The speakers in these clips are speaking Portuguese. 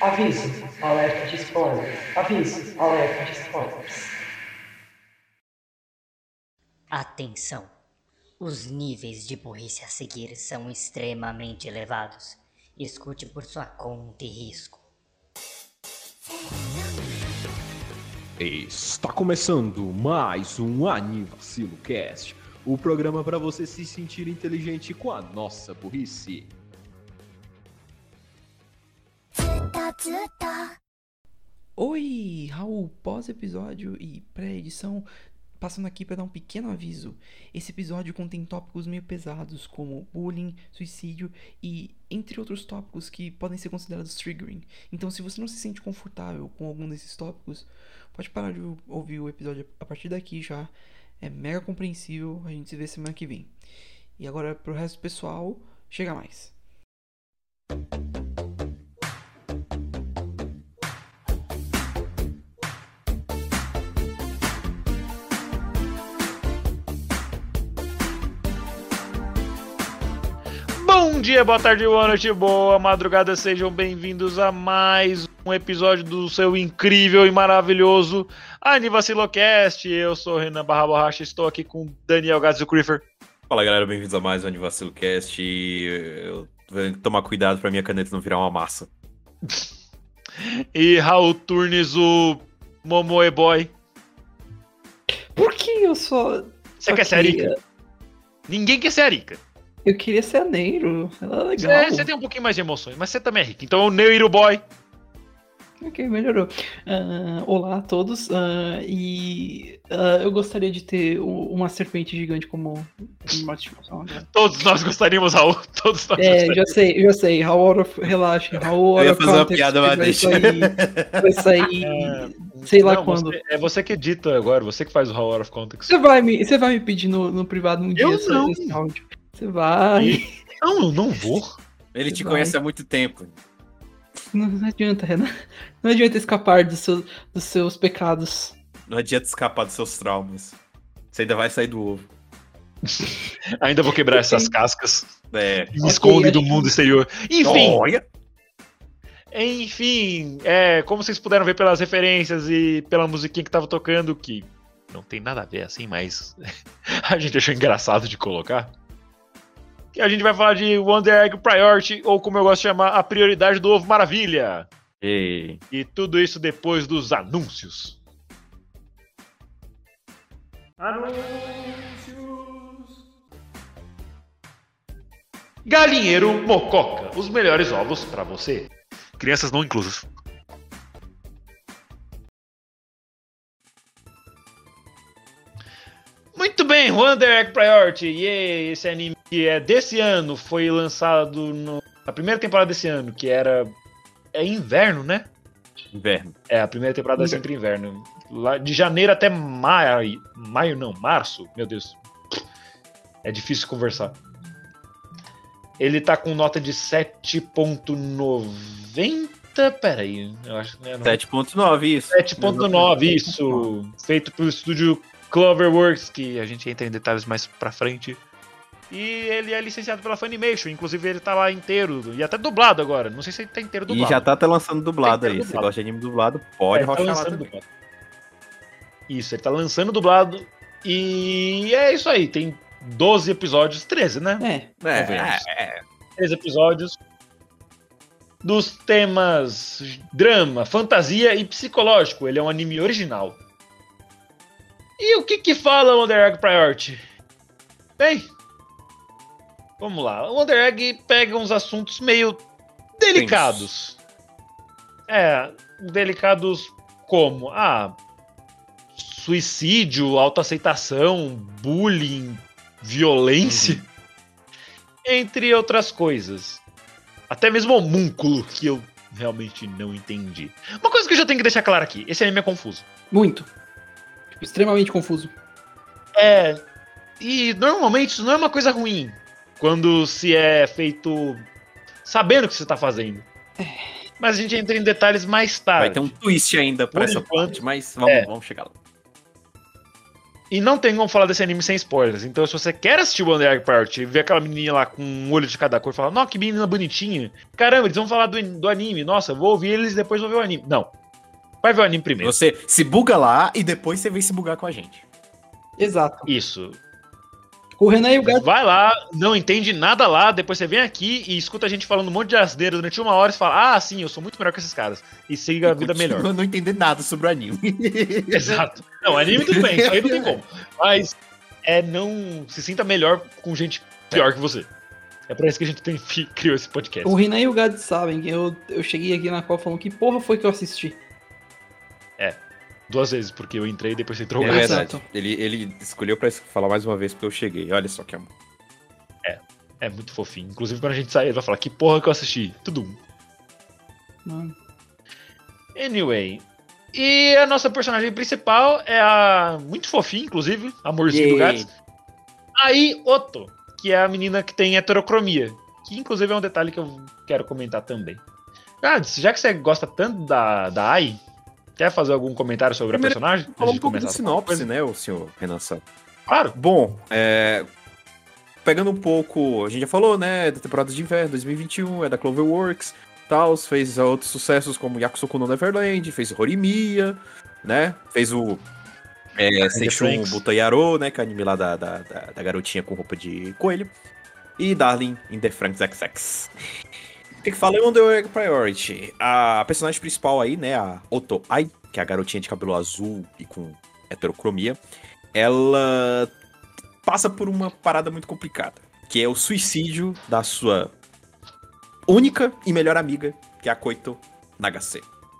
Aviso, alerta de spoilers. Aviso, alerta de spoilers. Atenção! Os níveis de burrice a seguir são extremamente elevados. Escute por sua conta e risco. Está começando mais um Anivacilo Cast, o programa para você se sentir inteligente com a nossa burrice. Oi, Raul, pós-episódio e pré-edição, passando aqui para dar um pequeno aviso. Esse episódio contém tópicos meio pesados, como bullying, suicídio e entre outros tópicos que podem ser considerados triggering. Então, se você não se sente confortável com algum desses tópicos, pode parar de ouvir o episódio a partir daqui já. É mega compreensível, a gente se vê semana que vem. E agora, pro resto do pessoal, chega mais. Bom dia, boa tarde, boa noite, boa madrugada, sejam bem-vindos a mais um episódio do seu incrível e maravilhoso Anivacilocast. Eu sou o Renan Barra Borracha, estou aqui com Daniel Gades e o Creeper. Fala galera, bem-vindos a mais um Anivacilocast. Eu vou tomar cuidado pra minha caneta não virar uma massa. E Raul Turnes, o Momoe Boy. Por que eu só... Você quer ser Arica? Ninguém quer ser Arica. Eu queria ser a Neiro, ela é legal. Você tem um pouquinho mais de emoções, mas você também é rico. Então, o Neiro Boy. Ok, melhorou. Olá a todos. Eu gostaria de ter uma serpente gigante como uma estimação. Todos nós gostaríamos, Raul. Todos nós gostaríamos. Já sei. Relaxa. Raul Eu ia fazer uma piada, mas deixa. Vai sair sei lá não, quando. É você que edita agora, você que faz o How Out of Context. Você vai me pedir no privado um dia esse áudio. Você vai. Não, eu não vou. Ele te conhece há muito tempo. Não adianta, Renan. Não adianta escapar dos seus pecados. Não adianta escapar dos seus traumas. Você ainda vai sair do ovo. Ainda vou quebrar essas cascas. Me esconde do mundo exterior. Enfim. Olha. Enfim, como vocês puderam ver pelas referências e pela musiquinha que tava tocando, que não tem nada a ver assim, mas a gente achou engraçado de colocar. Que a gente vai falar de Wonder Egg Priority, ou como eu gosto de chamar, a prioridade do Ovo Maravilha. E tudo isso depois dos anúncios. Galinheiro Mococa, os melhores ovos pra você. Crianças não inclusas. Muito bem, Wonder Egg Priority. Esse anime que é desse ano, foi lançado na primeira temporada desse ano, que era... É inverno, né? Inverno. A primeira temporada é sempre inverno. Lá de janeiro até março. Meu Deus. É difícil conversar. Ele tá com nota de 7.90. Peraí, eu acho que não é 7.9, isso. 7.9, isso. Feito pelo estúdio Cloverworks, que a gente entra em detalhes mais pra frente. E ele é licenciado pela Funimation, inclusive ele tá lá inteiro, e até dublado agora. Não sei se ele tá inteiro dublado. E já tá até lançando dublado aí. Se gosta de anime dublado, pode rochar lá também. Dublado. Isso, ele tá lançando dublado. E é isso aí, tem 12 episódios, 13, né? 13 episódios dos temas drama, fantasia e psicológico. Ele é um anime original. E o que fala Wonder Egg Priority? Bem, vamos lá. O Wonder Egg pega uns assuntos meio delicados. Delicados como suicídio, autoaceitação, bullying, violência, entre outras coisas. Até mesmo homúnculo, que eu realmente não entendi. Uma coisa que eu já tenho que deixar claro aqui, esse anime é confuso. Muito. Extremamente confuso. E normalmente isso não é uma coisa ruim, quando se é feito sabendo o que você tá fazendo. Mas a gente entra em detalhes mais tarde. Vai ter um twist ainda pra essa parte, mas vamos chegar lá. E não tem como falar desse anime sem spoilers. Então, se você quer assistir One Day Egg Priority e ver aquela menininha lá com um olho de cada cor e falar, nossa, que menina bonitinha. Caramba, eles vão falar do anime. Nossa, vou ouvir eles e depois vou ver o anime. Não. Vai ver o anime primeiro. Você se buga lá e depois você vem se bugar com a gente. Exato. Isso. O Renan e o Gato. Vai lá, não entende nada lá, depois você vem aqui e escuta a gente falando um monte de asneira durante 1 hora e fala, sim, eu sou muito melhor que esses caras. E siga a vida melhor. Eu não entender nada sobre o anime. Exato. Não, anime tudo bem, isso aí não tem como. Mas não se sinta melhor com gente pior que você. É pra isso que a gente criou esse podcast. O Renan e o Gato sabem que eu cheguei aqui na qual falando que porra foi que eu assisti. 2 vezes, porque eu entrei e depois você entrou. É verdade. Ele escolheu pra falar mais uma vez porque eu cheguei. Olha só que amor. É muito fofinho. Inclusive, quando a gente sair, ele vai falar, que porra que eu assisti? Tudo. Mano. Anyway. E a nossa personagem principal é a... muito fofinha, inclusive. Amorzinho do gato. Aí, Otto, que é a menina que tem heterocromia. Que, inclusive, é um detalhe que eu quero comentar também. Já que você gosta tanto da Ai... Quer fazer algum comentário sobre a personagem? Falar um pouco da sinopse, né, o senhor Renan Santos? Claro. Bom, pegando um pouco, a gente já falou, né, da temporada de inverno 2021, é da Cloverworks, tal, fez outros sucessos como Yakusoku no Neverland, fez Horimiya, né, fez o Seishun Butayaro, né, que é o anime lá da garotinha com roupa de coelho, e Darling in the Franxx XX. O que fala é One Day Egg Priority. A personagem principal aí, né, a Otto Ai, que é a garotinha de cabelo azul e com heterocromia, ela passa por uma parada muito complicada, que é o suicídio da sua única e melhor amiga, que é a Koito Nagase.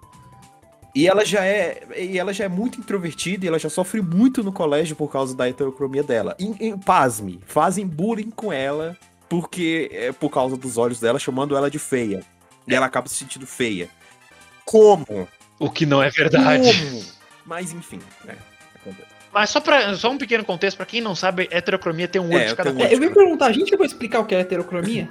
E ela já é muito introvertida e ela já sofre muito no colégio por causa da heterocromia dela. Pasme, fazem bullying com ela porque é por causa dos olhos dela, chamando ela de feia. E ela acaba se sentindo feia. Como? O que não é verdade. Como? Mas enfim, acontece. Mas só um pequeno contexto, pra quem não sabe, heterocromia tem um olho de cada cor. Eu vim perguntar, a gente chegou a explicar o que é heterocromia?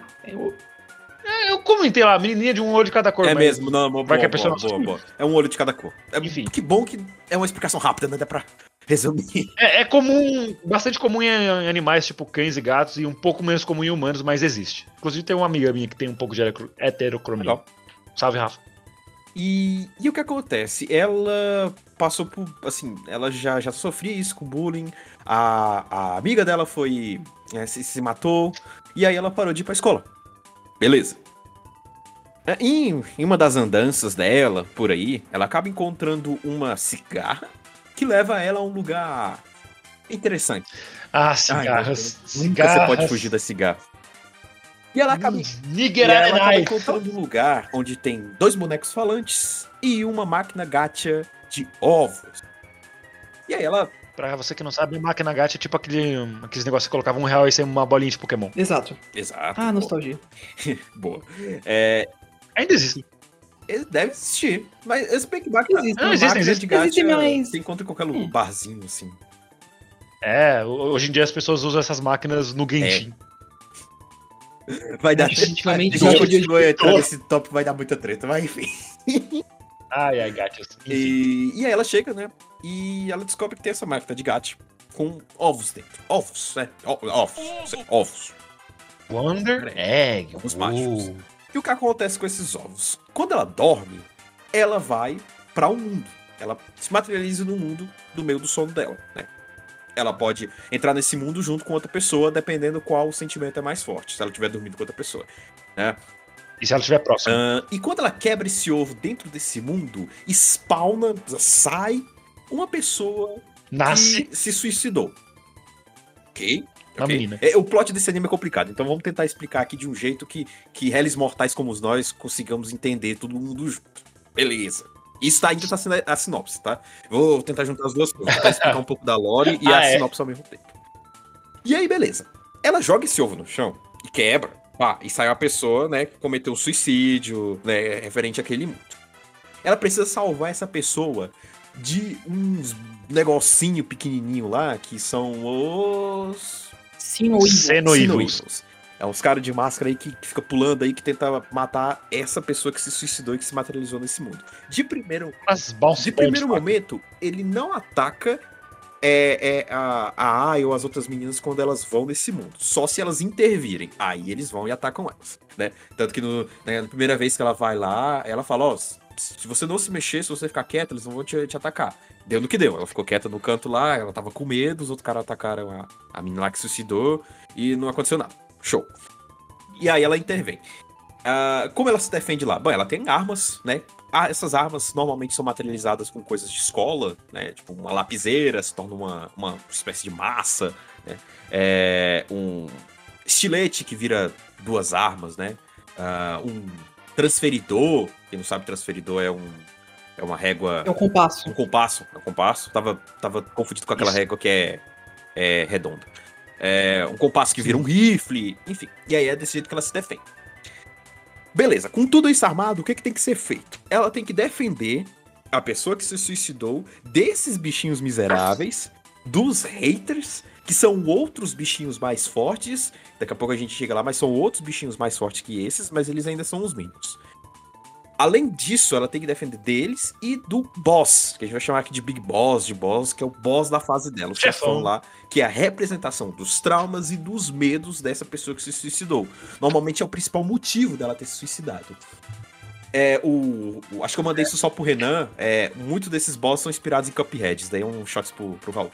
Eu comentei lá, menininha de um olho de cada cor. É mesmo, não, vai que a pessoa boa. É um olho de cada cor. Enfim. Que bom que é uma explicação rápida, né? Dá pra resumir. É comum, bastante comum em animais tipo cães e gatos e um pouco menos comum em humanos, mas existe. Inclusive tem uma amiga minha que tem um pouco de heterocromia. Legal. Salve, Rafa. E o que acontece? Ela passou por, assim, ela já sofria isso com bullying, a amiga dela foi, se matou, e aí ela parou de ir pra escola. Beleza. Em uma das andanças dela, por aí, ela acaba encontrando uma cigarra que leva ela a um lugar interessante. Cigarras. Nunca você pode fugir da cigarra. E ela acaba encontrando um lugar onde tem 2 bonecos falantes e uma máquina gacha de ovos. E aí ela... Pra você que não sabe, máquina gacha é tipo aqueles negócios que colocava R$1 e sem uma bolinha de Pokémon. Exato. Ah, nostalgia. Boa. Ainda existe. Deve existir. Mas esse Backback existe. Não, existe. De gacha, existe, mas... Você encontra em qualquer lugar, barzinho, assim. Hoje em dia as pessoas usam essas máquinas no Genshin. Vai dar... Esse top vai dar muita treta, mas enfim. Gachas. E aí ela chega, né? E ela descobre que tem essa máquina de gacha com ovos dentro. Ovos, né? Ovos. Wonder Egg. Ovos mágicos. E o que acontece com esses ovos? Quando ela dorme, ela vai para um mundo. Ela se materializa no mundo do meio do sono dela, né? Ela pode entrar nesse mundo junto com outra pessoa, dependendo qual o sentimento é mais forte. Se ela estiver dormindo com outra pessoa, né? E se ela estiver próxima? E quando ela quebra esse ovo dentro desse mundo, sai uma pessoa Nasce. que se suicidou. Ok? Uma menina. O plot desse anime é complicado, então vamos tentar explicar aqui de um jeito que réis mortais como nós consigamos entender todo mundo junto. Beleza. Isso ainda tá sendo a sinopse, tá? Vou tentar juntar as duas coisas, tentar explicar um pouco da lore e a sinopse ao mesmo tempo. E aí, beleza. Ela joga esse ovo no chão e quebra. E sai uma pessoa, né, que cometeu um suicídio, né, referente àquele mundo. Ela precisa salvar essa pessoa de uns negocinho pequenininho lá, que são os... Xenoevils. É uns caras de máscara aí que fica pulando aí, que tenta matar essa pessoa que se suicidou e que se materializou nesse mundo. De primeiro momento, ele não ataca a Ai ou as outras meninas quando elas vão nesse mundo. Só se elas intervirem. Aí eles vão e atacam elas, né? Tanto que na primeira vez que ela vai lá, ela fala, ó, se você não se mexer, se você ficar quieta, eles não vão te atacar. Deu no que deu. Ela ficou quieta no canto lá, ela tava com medo, os outros caras atacaram a menina lá que suicidou e não aconteceu nada. Show. E aí ela intervém. Como ela se defende lá? Bom, ela tem armas, né? Essas armas normalmente são materializadas com coisas de escola, né? Tipo, uma lapiseira se torna uma espécie de massa, né? Um estilete que vira 2 armas, né? Um transferidor. Quem não sabe, transferidor é uma régua... É um compasso. É um compasso. Tava confundido com aquela régua que é redonda. Um compasso que vira um rifle, enfim. E aí é desse jeito que ela se defende. Beleza, com tudo isso armado, o que tem que ser feito? Ela tem que defender a pessoa que se suicidou desses bichinhos miseráveis, dos haters, que são outros bichinhos mais fortes. Daqui a pouco a gente chega lá, mas são outros bichinhos mais fortes que esses, mas eles ainda são os mínimos. Além disso, ela tem que defender deles e do boss, que a gente vai chamar aqui de Big Boss, que é o boss da fase dela, o chefão lá, que é a representação dos traumas e dos medos dessa pessoa que se suicidou. Normalmente é o principal motivo dela ter se suicidado. Acho que eu mandei isso só pro Renan, muitos desses boss são inspirados em Cuphead, daí é um shot pro Raul.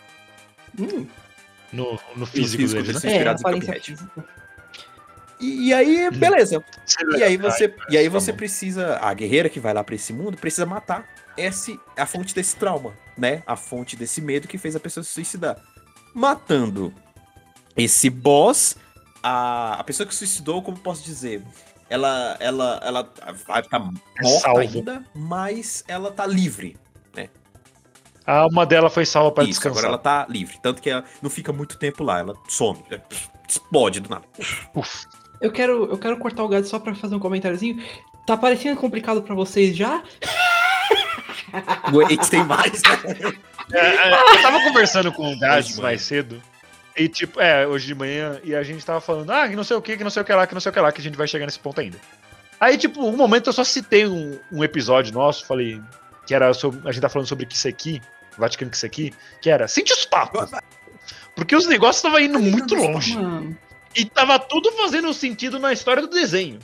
No físico deles, né? São inspirados em Cuphead. E aí, beleza. E aí você precisa... A guerreira que vai lá pra esse mundo precisa matar a fonte desse trauma, né? A fonte desse medo que fez a pessoa se suicidar. Matando esse boss, a pessoa que se suicidou, como posso dizer... Ela vai ficar morta ainda, mas ela tá livre, né? A alma dela foi salva pra descansar. Agora ela tá livre. Tanto que ela não fica muito tempo lá, ela some. Explode do nada. Eu quero cortar o gado só pra fazer um comentáriozinho. Tá parecendo complicado pra vocês já? Wait, tem mais, né? Eu tava conversando com o Gades mais cedo. E tipo, hoje de manhã, e a gente tava falando, que não sei o que lá, que a gente vai chegar nesse ponto ainda. Aí, tipo, um momento eu só citei um episódio nosso, falei, que era sobre, a gente tá falando sobre Kiseki, Vaticano Kiseki, que era, sente os papos. Porque os negócios estavam indo muito longe. E tava tudo fazendo sentido na história do desenho.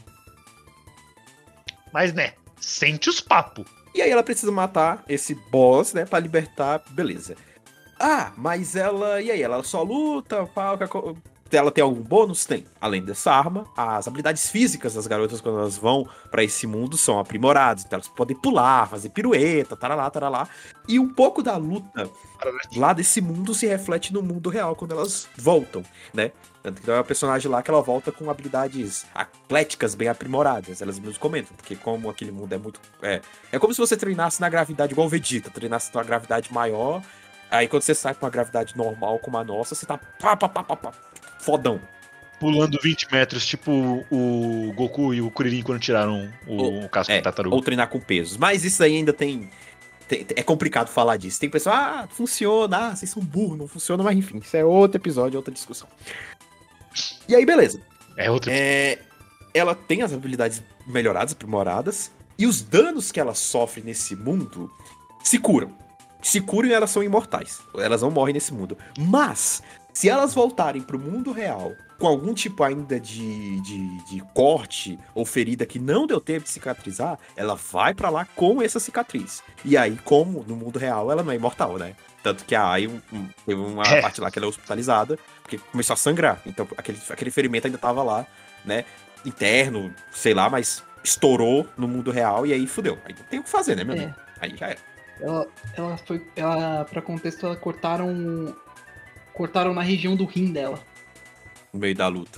Mas, né, sente os papos. E aí ela precisa matar esse boss, né, pra libertar, beleza. Mas ela... E aí, ela só luta, ela tem algum bônus? Tem. Além dessa arma, as habilidades físicas das garotas quando elas vão pra esse mundo são aprimoradas. Então elas podem pular, fazer pirueta, taralá. E um pouco da luta lá desse mundo se reflete no mundo real quando elas voltam, né? Tanto que tem uma personagem lá que ela volta com habilidades atléticas bem aprimoradas. Elas mesmo comentam, porque como aquele mundo é muito... É como se você treinasse na gravidade igual o Vegeta, treinasse na gravidade maior... Aí quando você sai com uma gravidade normal como a nossa, você tá fodão. Pulando 20 metros, tipo o Goku e o Kuririn quando tiraram o casco do tartaruga. Ou treinar com pesos. Mas isso aí ainda tem... É complicado falar disso. Tem pessoa, funciona, vocês são burros, não funciona, mas enfim, isso é outro episódio, outra discussão. E aí, beleza. Ela tem as habilidades melhoradas, aprimoradas, e os danos que ela sofre nesse mundo se curam. Se curam e elas são imortais. Elas não morrem nesse mundo. Mas, se elas voltarem pro mundo real com algum tipo ainda de corte ou ferida que não deu tempo de cicatrizar, ela vai pra lá com essa cicatriz. E aí, como no mundo real, ela não é imortal, né? Tanto que a Ai teve uma parte lá que ela é hospitalizada, porque começou a sangrar. Então, aquele ferimento ainda tava lá, né? Interno, sei lá, mas estourou no mundo real e aí fudeu. Aí não tem o que fazer, né, meu amigo? Aí já era. Pra contexto, ela cortaram na região do rim dela. No meio da luta.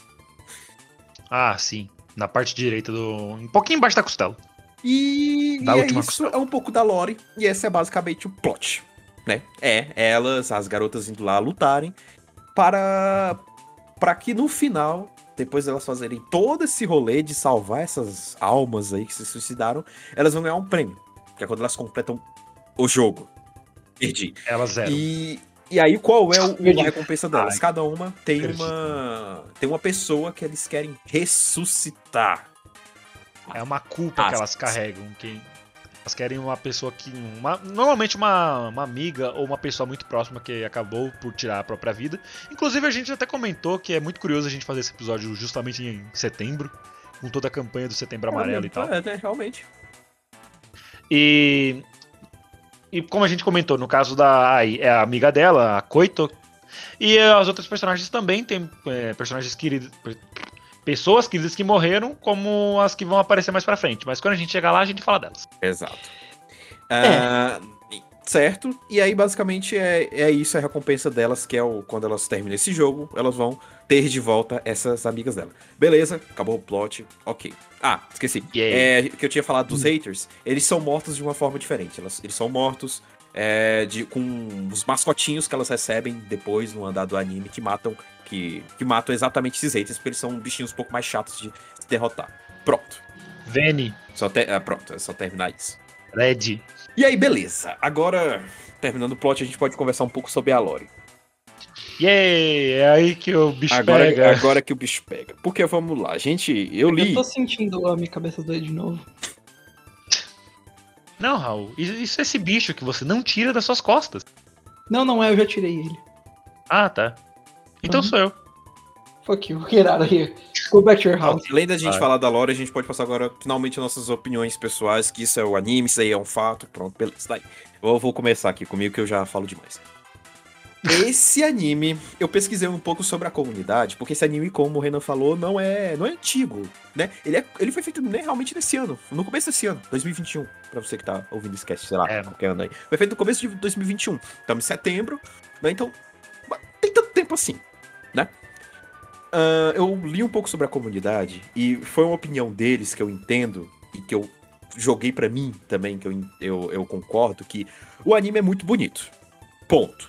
Sim. Na parte direita um pouquinho embaixo da costela. E isso costela. É um pouco da lore. E esse é basicamente o plot, né? As garotas indo lá lutarem para que no final, depois de elas fazerem todo esse rolê de salvar essas almas aí que se suicidaram, elas vão ganhar um prêmio. Que é quando elas completam o jogo. Perdi. Elas zeram. E aí, qual é a recompensa delas? Cada uma tem uma pessoa que eles querem ressuscitar. É uma culpa que elas carregam. Elas querem uma pessoa que... normalmente uma amiga ou uma pessoa muito próxima que acabou por tirar a própria vida. Inclusive a gente até comentou que é muito curioso a gente fazer esse episódio justamente em setembro, com toda a campanha do Setembro Amarelo e tal. Realmente. E como a gente comentou, no caso da Ai, é a amiga dela, a Koito, e as outras personagens também tem personagens queridos, pessoas queridas que morreram, como as que vão aparecer mais pra frente. Mas quando a gente chegar lá, a gente fala delas. Exato. Certo, e aí basicamente é isso a recompensa delas, que é quando elas terminam esse jogo, elas vão ter de volta essas amigas dela. Beleza, acabou o plot, ok. Esqueci. Que eu tinha falado dos haters, eles são mortos de uma forma diferente. Eles são mortos com os mascotinhos que elas recebem depois no andar do anime, que matam exatamente esses haters, porque eles são bichinhos um pouco mais chatos de se derrotar. Pronto. Veni. Pronto, é só terminar isso. Red. E aí, beleza. Agora, terminando o plot, a gente pode conversar um pouco sobre a Lore. É aí que o bicho pega. Agora que o bicho pega. Porque, vamos lá, gente, eu li... Eu tô sentindo a minha cabeça doida de novo. Não, Raul, isso é esse bicho que você não tira das suas costas. Não é, eu já tirei ele. Ah, tá. Então sou eu. Fuck you, get out of here. Go back to your house. Além da gente falar da Lore, a gente pode passar agora, finalmente, nossas opiniões pessoais, que isso é o anime, isso aí é um fato, pronto, beleza. Daí. Eu vou começar aqui comigo, que eu já falo demais. Esse anime, eu pesquisei um pouco sobre a comunidade, porque esse anime, como o Renan falou, não é antigo, né? Ele foi feito realmente nesse ano, no começo desse ano, 2021, pra você que tá ouvindo esse cast, sei lá, qualquer ano aí. Foi feito no começo de 2021, estamos em setembro, né? Então, tem tanto tempo assim, né? Eu li um pouco sobre a comunidade e foi uma opinião deles que eu entendo e que eu joguei pra mim também, que eu concordo, que o anime é muito bonito. Ponto.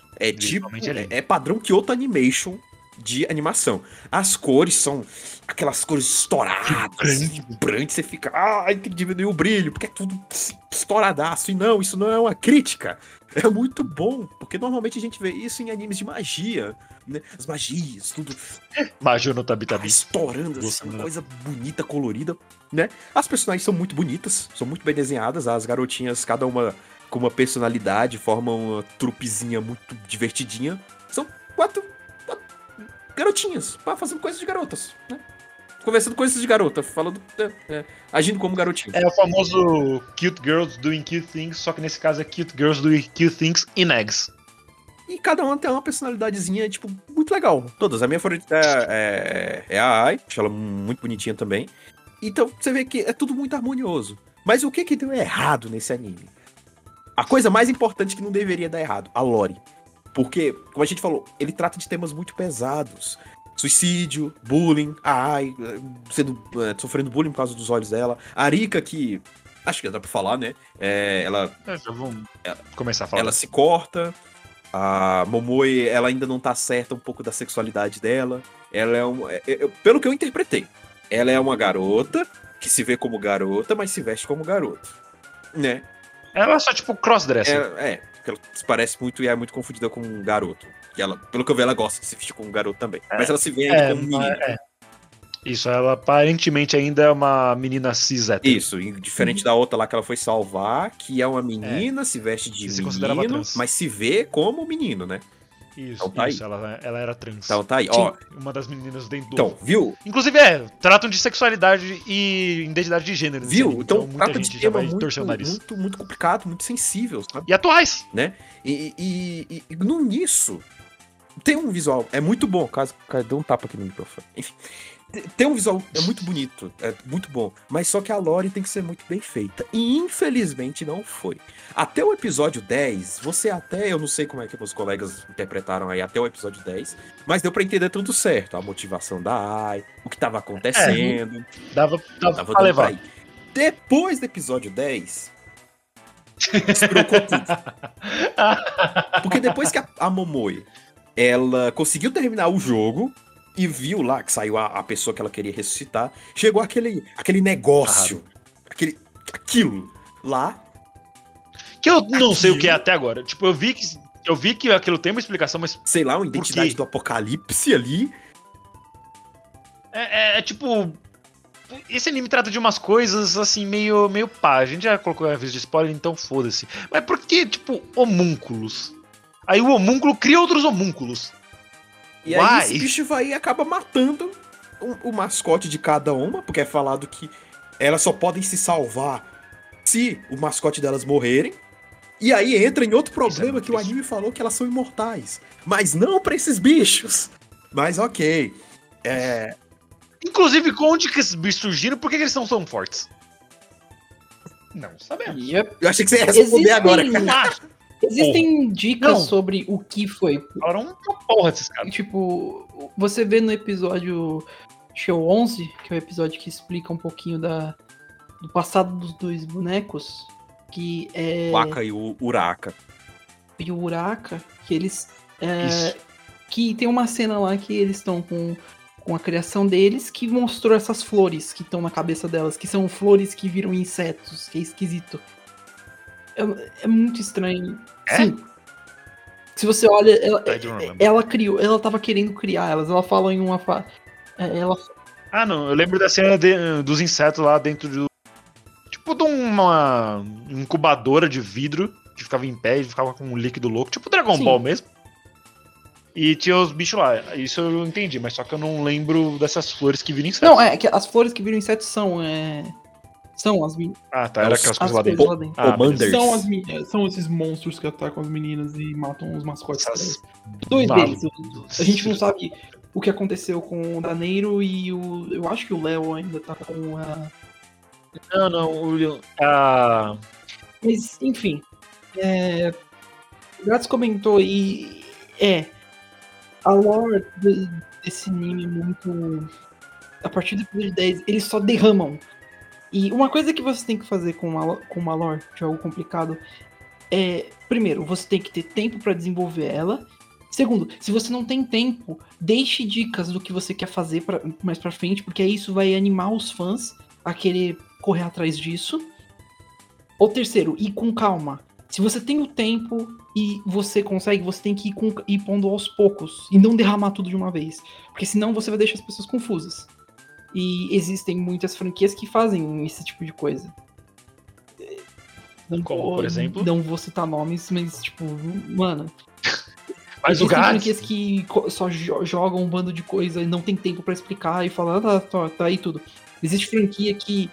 É padrão Kyoto Animation de animação. As cores são aquelas cores estouradas, vibrantes, você fica, tem que diminuir o brilho, porque é tudo estouradaço. E não, isso não é uma crítica. É muito bom, porque normalmente a gente vê isso em animes de magia, né? As magias, tudo. Magia no Tabi-Tabi. Estourando, assim, uma coisa bonita, colorida, né? As personagens são muito bonitas, são muito bem desenhadas, as garotinhas, cada uma com uma personalidade, formam uma trupezinha muito divertidinha. São quatro garotinhas, fazendo coisas de garotas, né? Conversando coisas de garota, falando, agindo como garotinho. É o famoso cute girls doing cute things, só que nesse caso é cute girls doing cute things in eggs. E cada uma tem uma personalidadezinha, tipo, muito legal. Todas. A minha favorita é a Ai, acho ela muito bonitinha também. Então, você vê que é tudo muito harmonioso. Mas o que deu errado nesse anime? A coisa mais importante que não deveria dar errado, a Lore. Porque, como a gente falou, ele trata de temas muito pesados. Suicídio, bullying, a Ai sofrendo bullying por causa dos olhos dela. A Arika, que acho que dá pra falar, né? Já vamos começar a falar. Ela se corta. A Momoe, ela ainda não tá certa um pouco da sexualidade dela. Ela pelo que eu interpretei, ela é uma garota que se vê como garota, mas se veste como garoto, né? Ela é só tipo crossdresser. Porque ela se parece muito e é muito confundida com um garoto. E ela, pelo que eu vi, ela gosta de se vestir como um garoto também. Mas ela se vê ainda como um menino. Isso, ela aparentemente ainda é uma menina cis hétero. Isso, diferente da outra lá que ela foi salvar, que é uma menina, se veste de menino, mas se vê como menino, né? Isso, então, tá isso, ela era trans. Então tá aí, ó. Uma das meninas dentro do... Então, viu? Inclusive, tratam de sexualidade e identidade de gênero. Viu? Anime, então muita trata gente de já tema vai torcer o nariz. muito complicado, muito sensível, sabe? E atuais. Né? E nisso, tem um visual, é muito bom, caso deu um tapa aqui no microfone. Enfim, tem um visual, é muito bonito, é muito bom, mas só que a Lore tem que ser muito bem feita. E infelizmente não foi. Até o episódio 10, eu não sei como é que meus colegas interpretaram aí até o episódio 10, mas deu pra entender tudo certo. A motivação da Ai, o que tava acontecendo. Dava pra levar. Depois do episódio 10, estrocou tudo. Porque depois que a Momoe, ela conseguiu terminar o jogo e viu lá que saiu a pessoa que ela queria ressuscitar, chegou aquele negócio, aquilo lá. Que eu não sei o que é até agora. Tipo, eu vi que aquilo tem uma explicação, mas... Sei lá, uma identidade do apocalipse ali. É tipo... esse anime trata de umas coisas, assim, meio pá. A gente já colocou aviso de spoiler, então foda-se. Mas por que, tipo, homúnculos? Aí o homúnculo cria outros homúnculos. E aí esse bicho vai e acaba matando o mascote de cada uma, porque é falado que elas só podem se salvar se o mascote delas morrerem. E aí entra em outro problema que o anime falou que elas são imortais. Mas não pra esses bichos. Mas ok. Inclusive, onde que esses bichos surgiram? Por que eles são tão fortes? Não sabemos. Eu achei que você ia responder agora, cara. Existem dicas sobre o que foi. Falaram uma porra desses caras. Tipo, você vê no episódio Show 11, que é o episódio que explica um pouquinho do passado dos dois bonecos, que é... O Aka e o Uraka. E o Uraka, que eles... que tem uma cena lá que eles estão com a criação deles, que mostrou essas flores que estão na cabeça delas, que são flores que viram insetos, que é esquisito. É muito estranho. Sim. Se você olha, ela criou, ela tava querendo criar elas. Ela fala em uma não, eu lembro da cena dos insetos lá dentro do... Tipo de uma incubadora de vidro que ficava em pé e ficava com um líquido louco, tipo Dragon Ball mesmo. E tinha os bichos lá. Isso eu entendi, mas só que eu não lembro dessas flores que viram insetos. Não, é que as flores que viram insetos são as meninas. Ah, tá. Era aquelas coisas lá dentro. São esses monstros que atacam as meninas e matam os mascotes. Dois deles. A gente não sabe o que aconteceu com o Daneiro e eu acho que o Léo ainda tá com a... Não, Mas, enfim. O Gats comentou e... A lore desse anime é muito... A partir do episódio 10, eles só derramam. E uma coisa que você tem que fazer com uma lore de algo complicado é... Primeiro, você tem que ter tempo pra desenvolver ela. Segundo, se você não tem tempo, deixe dicas do que você quer fazer mais pra frente, porque isso vai animar os fãs a querer correr atrás disso. Ou terceiro, ir com calma. Se você tem o tempo e você consegue, você tem que ir pondo aos poucos e não derramar tudo de uma vez. Porque senão você vai deixar as pessoas confusas. E existem muitas franquias que fazem esse tipo de coisa. Como, por exemplo? Não vou citar nomes, mas tipo, mano... Mas existem franquias que só jogam um bando de coisa e não tem tempo pra explicar e falar, tá aí tudo. Existe franquia que...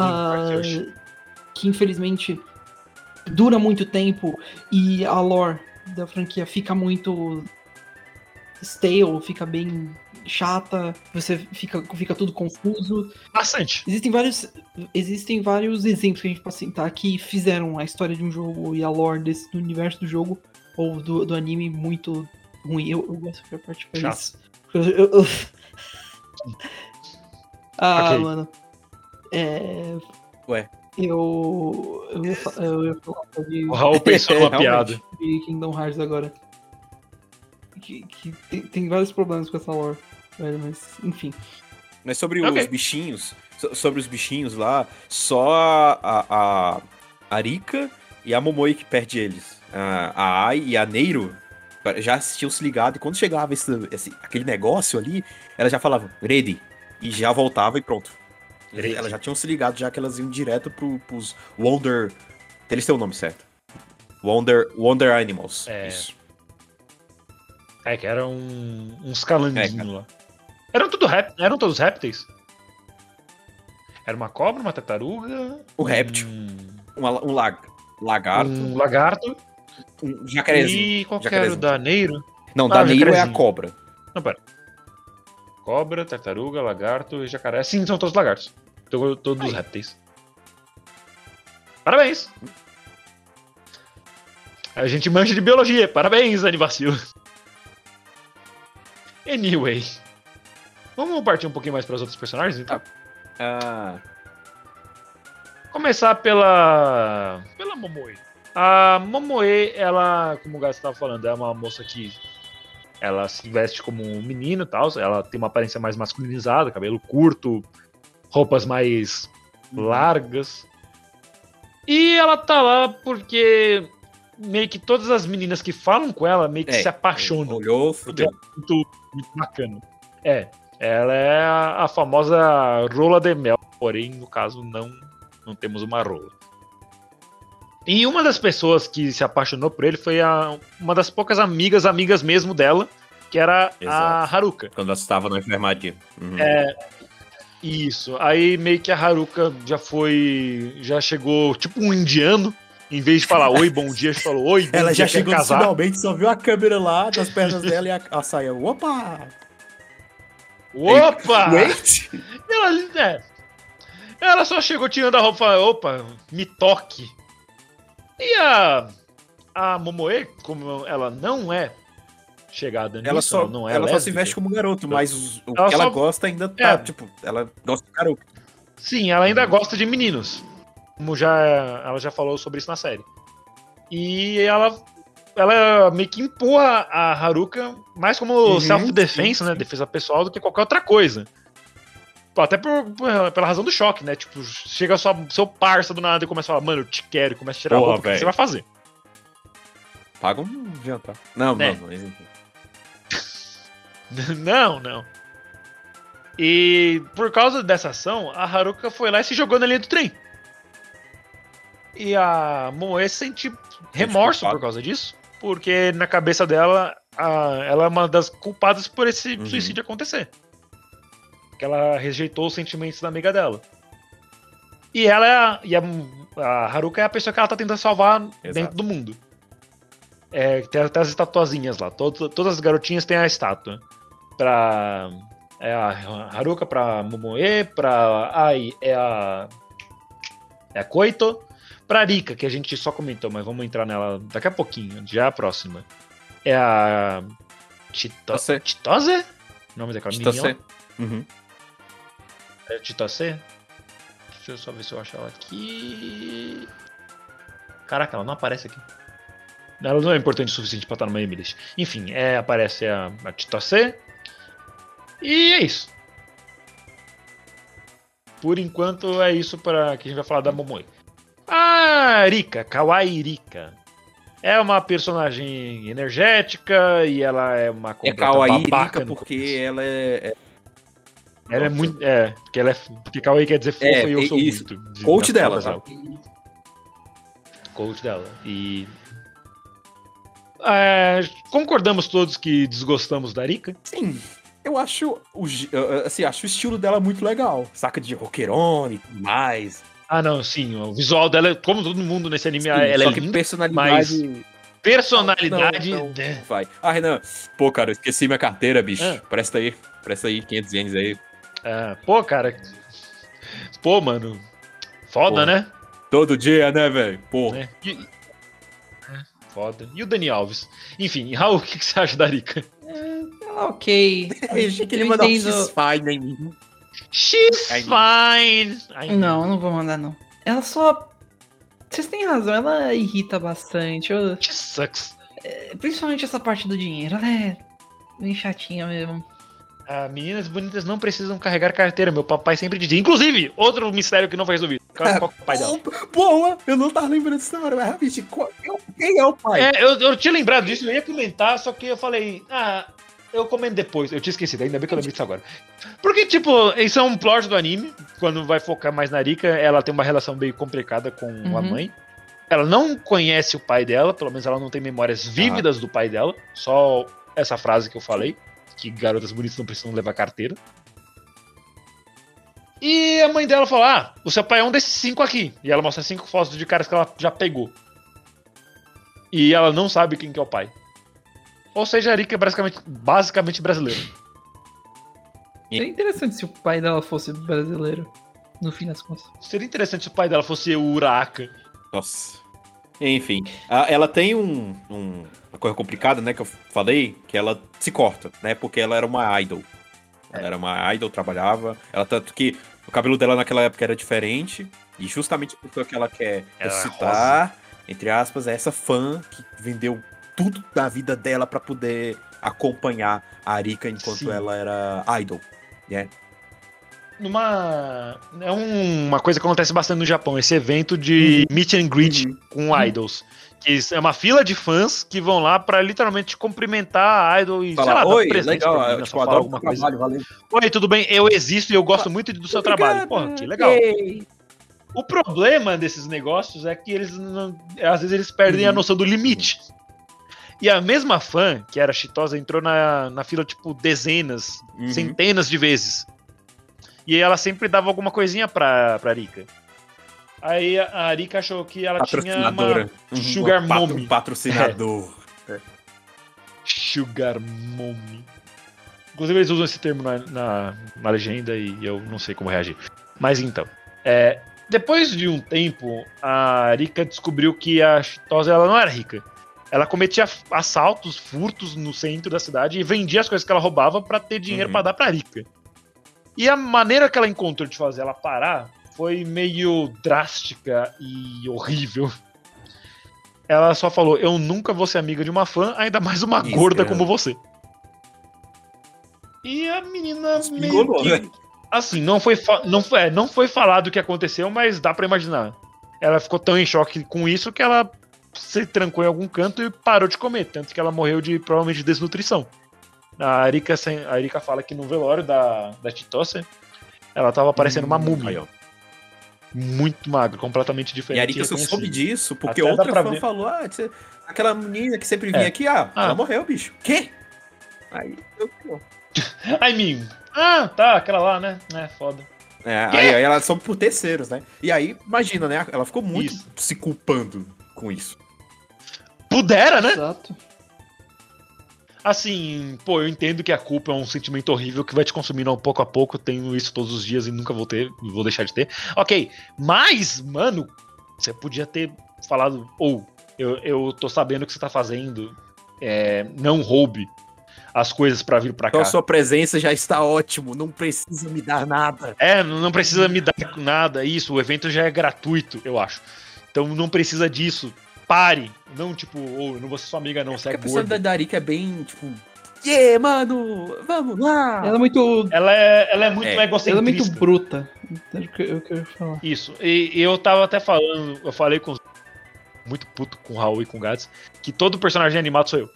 que infelizmente dura muito tempo e a lore da franquia fica muito stale, fica bem chata, você fica tudo confuso. Bastante. Existem vários exemplos que a gente pode citar que fizeram a história de um jogo e a lore do universo do jogo ou do anime muito ruim. Eu gosto de participar disso. Okay. Mano. Ué. Eu ia falar de... O Raul pensou numa piada. De Kingdom Hearts agora. Que tem vários problemas com essa lore, velho, mas enfim. Mas sobre os bichinhos lá, só a Arika e a Momoi que perde eles. A Ai e a Neiro já tinham se ligado, e quando chegava aquele negócio ali, ela já falava, ready, e já voltava e pronto. Elas já tinham se ligado, já que elas iam direto pros Wonder... Eles têm o nome certo. Wonder Animals. Isso. Que eram uns calanguinhos lá. Eram todos répteis? Era uma cobra, uma tartaruga... Um réptil. Um lagarto. Um lagarto. Um jacarezinho. E qual que era o Daneiro? Não, Daneiro é a cobra. Não, pera. Cobra, tartaruga, lagarto e jacaré. Sim, são todos lagartos. Todos os répteis. Parabéns! A gente manja de biologia. Parabéns, Anivacil. Anyway. Vamos partir um pouquinho mais para os outros personagens, então? Começar pela Momoe. A Momoe, ela, como o Gato estava falando, é uma moça que ela se veste como um menino e tal. Ela tem uma aparência mais masculinizada, cabelo curto, roupas mais largas. E ela tá lá porque meio que todas as meninas que falam com ela meio que se apaixonam. Olhou, fudeu. Muito bacana. Ela é a famosa rola de mel. Porém, no caso, não temos uma rola. E uma das pessoas que se apaixonou por ele foi uma das poucas amigas mesmo dela, que era a Haruka. Quando ela estava na enfermaria. Uhum. Isso. Aí meio que a Haruka já chegou tipo um indiano. Em vez de falar oi, bom dia, falou oi, bom ela dia, já chegou finalmente, só viu a câmera lá, das pernas dela e a saia. Opa! Opa! Wait! Ela só chegou tirando a roupa e falou, opa, me toque. E a Momoe, como ela não é chegada nisso, ela só se veste como garoto, mas o que ela gosta ainda tá, tipo, ela gosta de garoto. Sim, ela ainda gosta de meninos. Como ela já falou sobre isso na série. E ela meio que empurra a Haruka mais como self-defense, né? Defesa pessoal, do que qualquer outra coisa. Até pela razão do choque, né? Tipo, chega seu parça do nada e começa a falar, mano, eu te quero, e começa a tirar a roupa, o que você vai fazer? Paga um jantar. Não. Não. E por causa dessa ação, a Haruka foi lá e se jogou na linha do trem. E a Moe sente remorso por causa disso, porque na cabeça dela, ela é uma das culpadas por esse suicídio acontecer. Que ela rejeitou os sentimentos da amiga dela. E a Haruka é a pessoa que ela tá tentando salvar dentro do mundo. Tem até as estatuazinhas lá. Todas as garotinhas têm a estátua. A Haruka, pra Momoe, pra Ai é a Koito. Pra Rika, que a gente só comentou, mas vamos entrar nela daqui a pouquinho, já é a próxima. É a Chitose? O nome daquela menina? É Chitose? Deixa eu só ver se eu acho ela aqui. Caraca, ela não aparece aqui. Ela não é importante o suficiente pra estar numa Emily. Enfim, aparece a Chitose. E é isso. Por enquanto é isso para que a gente vai falar da Momoe. A Rika, Kawaii Rika, é uma personagem energética e ela é uma completa babaca porque ela é... Ela é muito... porque Kawaii quer dizer fofa e eu sou isso. muito. Coach dela, tá? Coach dela. E... concordamos todos que desgostamos da Rika? Sim. Eu acho acho o estilo dela muito legal. Saca de roqueirona e tudo mais. Ah, não, sim. O visual dela, como todo mundo nesse anime, ela é linda, personalidade... mas personalidade... Não vai. Ah, Renan, pô, cara, eu esqueci minha carteira, bicho. Presta aí, 500 ienes aí. Pô, cara... Pô, mano... Foda, né? Todo dia, né, velho? Pô. Foda. E o Dani Alves? Enfim, Raul, o que você acha da Rika? Ok. Eu achei que ele mandou X-Fine em mim. X-Fine! Não, não vou mandar, não. Ela só... Vocês têm razão, ela irrita bastante. She sucks. Principalmente essa parte do dinheiro. Ela é bem chatinha mesmo. Meninas bonitas não precisam carregar carteira, meu papai sempre dizia. Inclusive, outro mistério que não foi resolvido. Qual é o pai dela? Boa! Eu não tava lembrando dessa hora, mas rapidinho, quem é o pai? Eu tinha lembrado disso, eu ia comentar, só que eu falei, eu comento depois. Eu tinha esquecido, ainda bem que eu lembrei disso agora. Porque, tipo, isso é um plot do anime. Quando vai focar mais na Rika, ela tem uma relação meio complicada com a mãe. Ela não conhece o pai dela, pelo menos ela não tem memórias vívidas do pai dela. Só essa frase que eu falei, que garotas bonitas não precisam levar carteira. E a mãe dela fala, o seu pai é um desses 5 aqui. E ela mostra 5 fotos de caras que ela já pegou. E ela não sabe quem que é o pai. Ou seja, a Rika é basicamente brasileira. Seria interessante se o pai dela fosse brasileiro, no fim das contas. Seria interessante se o pai dela fosse o Uraka. Nossa. Enfim, ela tem uma coisa complicada, né, que eu falei, que ela se corta, né, porque ela era uma idol. Ela era uma idol, trabalhava, tanto que o cabelo dela naquela época era diferente, e justamente a pessoa que ela quer citar, entre aspas, é essa fã que vendeu tudo da vida dela pra poder acompanhar a Rika enquanto ela era idol, né? É uma coisa que acontece bastante no Japão, esse evento de meet and greet com idols. Que é uma fila de fãs que vão lá pra literalmente cumprimentar a idol e falar, sei lá, oi, legal, menina, tipo, adoro alguma coisa. Trabalho, valeu. Oi, tudo bem? Eu existo e eu gosto muito do seu trabalho. Porra, que legal. O problema desses negócios é que eles às vezes eles perdem a noção do limite. E a mesma fã, que era chitosa, entrou na fila, tipo, dezenas, centenas de vezes. E ela sempre dava alguma coisinha pra Rika. Aí a Rika achou que ela tinha uma Sugar Mommy. Patrocinador. Sugar Mommy. Inclusive eles usam esse termo na legenda e eu não sei como reagir. Mas então, depois de um tempo, a Rika descobriu que a chitosa ela não era rica. Ela cometia assaltos, furtos no centro da cidade e vendia as coisas que ela roubava pra ter dinheiro pra dar pra Rika. E a maneira que ela encontrou de fazer ela parar foi meio drástica e horrível. Ela só falou, eu nunca vou ser amiga de uma fã, ainda mais uma gorda como você. E a menina meio que... Assim, não foi falado o que aconteceu, mas dá pra imaginar. Ela ficou tão em choque com isso que ela se trancou em algum canto e parou de comer. Tanto que ela morreu provavelmente de desnutrição. A Rika fala que no velório da Chitose, ela tava parecendo uma múmia. Muito magro, completamente diferente. E a Rika só soube disso porque até outra fã falou, aquela menina que sempre vinha aqui, ela morreu, bicho. Quê? Aí eu... Aí, Minho. Tá, aquela lá, né? Foda. Aí ela soube por terceiros, né? E aí, imagina, né? Ela ficou muito se culpando com isso. Pudera, né? Exato. Assim, pô, eu entendo que a culpa é um sentimento horrível que vai te consumindo pouco a pouco. Eu tenho isso todos os dias e nunca vou deixar de ter. Ok, mas, mano, você podia ter falado, eu tô sabendo o que você tá fazendo, não roube as coisas pra vir pra cá. Então a sua presença já está ótimo, não precisa me dar nada. Não precisa me dar nada, isso, o evento já é gratuito, eu acho. Então não precisa disso. Pare, não tipo, eu não vou ser sua amiga não, você é gorda. A pessoa da Rika é bem, tipo, mano, vamos lá. Ela é muito... Ela é muito egocentrista. Ela é muito bruta, é o que eu ia falar. Isso, e eu tava até falando, eu falei muito puto com o Raul e com o Gats, que todo personagem animado sou eu.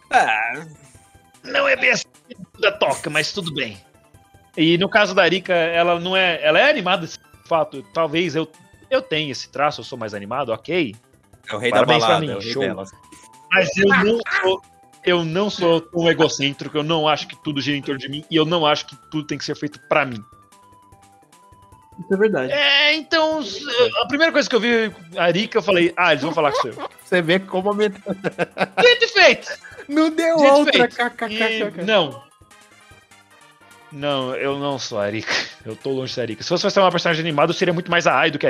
Não é bem assim da toca, mas tudo bem. E no caso da Rika, ela não é... Ela é animada, de fato, talvez eu tenha esse traço, eu sou mais animado, ok. É o rei da balada, é o rei show. Dela. Mas eu não sou tão egocêntrico, eu não acho que tudo gira em torno de mim, e eu não acho que tudo tem que ser feito pra mim. Isso é verdade. Então, a primeira coisa que eu vi a Rika, eu falei, eles vão falar com você. Você vê como aumenta. Dito e feito! Não deu outra, kkk. Não, eu não sou a Rika. Eu tô longe da Rika. Se fosse uma personagem animada, eu seria muito mais a Ai do que a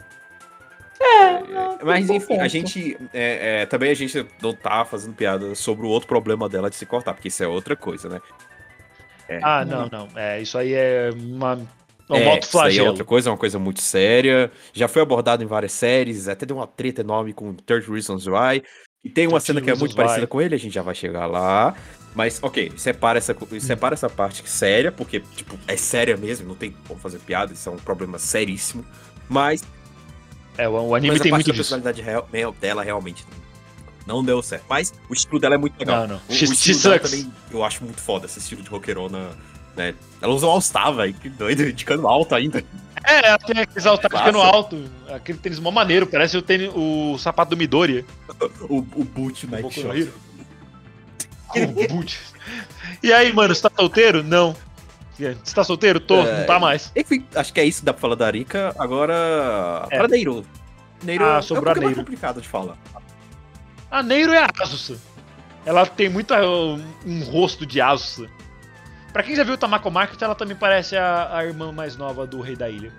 Mas enfim, a gente também a gente não tá fazendo piada sobre o outro problema dela de se cortar, porque isso é outra coisa, né? Não. Isso aí é um autoflagelo. Isso aí é outra coisa, é uma coisa muito séria. Já foi abordado em várias séries, até deu uma treta enorme com 30 Reasons Why. E tem uma cena que é muito parecida com ele, a gente já vai chegar lá. Mas, ok, separa essa parte séria, porque, tipo, é séria mesmo, não tem como fazer piada, isso é um problema seríssimo. Mas... o anime tem muito disso. A personalidade dela realmente não deu certo. Mas o estilo dela é muito legal. Não. O estilo dela também, eu acho muito foda, esse estilo de roqueirona, né? Ela usa um All-Star, velho, que doido, de cano alto ainda. Ela tem aqueles All-Star de cano alto, aquele tênis mó maneiro, parece o sapato do Midoriya. o boot, né? O boot. E aí, mano, você tá solteiro? Não. Você tá solteiro? Tô, não tá mais. Enfim, acho que é isso que dá pra falar da Rika. Agora, pra Neiro. Neiro é um pouco mais complicado de falar. A Neiro é a Asusa. Ela tem muito um rosto de Asusa. Pra quem já viu o Tamako Market, ela também parece a irmã mais nova do Rei da Ilha.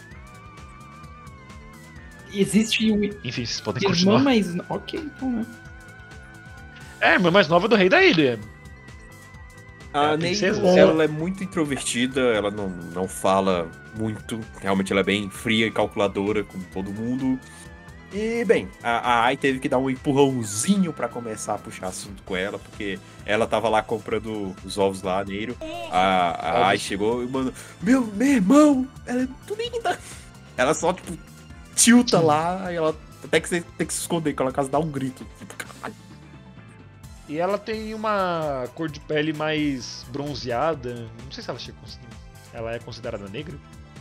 Existe um... Enfim, vocês podem continuar. Irmã mais... Ok, então, né? A irmã mais nova do Rei da Ilha. A Neiro, ela é muito introvertida, ela não fala muito. Realmente ela é bem fria e calculadora com todo mundo. E, bem, a Ai teve que dar um empurrãozinho pra começar a puxar assunto com ela, porque ela tava lá comprando os ovos lá, Neiro. A Ai chegou e, mano, meu irmão, ela é muito linda. Ela só, tipo, tilta lá, e ela até que você tem que se esconder, que ela casa dá um grito. Tipo, caralho. E ela tem uma cor de pele mais bronzeada. Não sei se ela é considerada negra.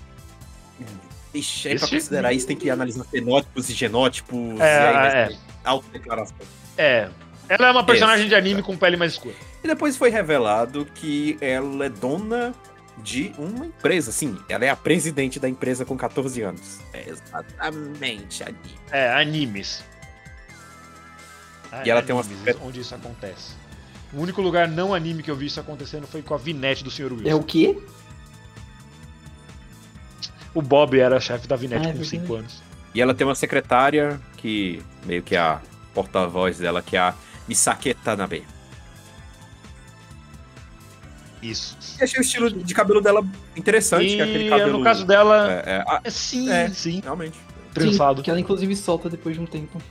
Ixi, pra considerar isso tem que analisar fenótipos e genótipos. Autodeclaração. Ela é uma personagem de anime com pele mais escura. E depois foi revelado que ela é dona de uma empresa, sim. Ela é a presidente da empresa com 14 anos. É exatamente anime. Animes. E ela tem uma... Onde isso acontece. O único lugar não anime que eu vi isso acontecendo foi com a Vinete do Sr. Wilson. É o quê? O Bob era chefe da Vinete com 5 anos. E ela tem uma secretária que meio que é a porta-voz dela, que é a Misake Tanabe. Isso. Eu achei o estilo de cabelo dela interessante, que é aquele cabelo... no caso dela... sim, realmente. Trançado. Sim, que ela inclusive solta depois de um tempo.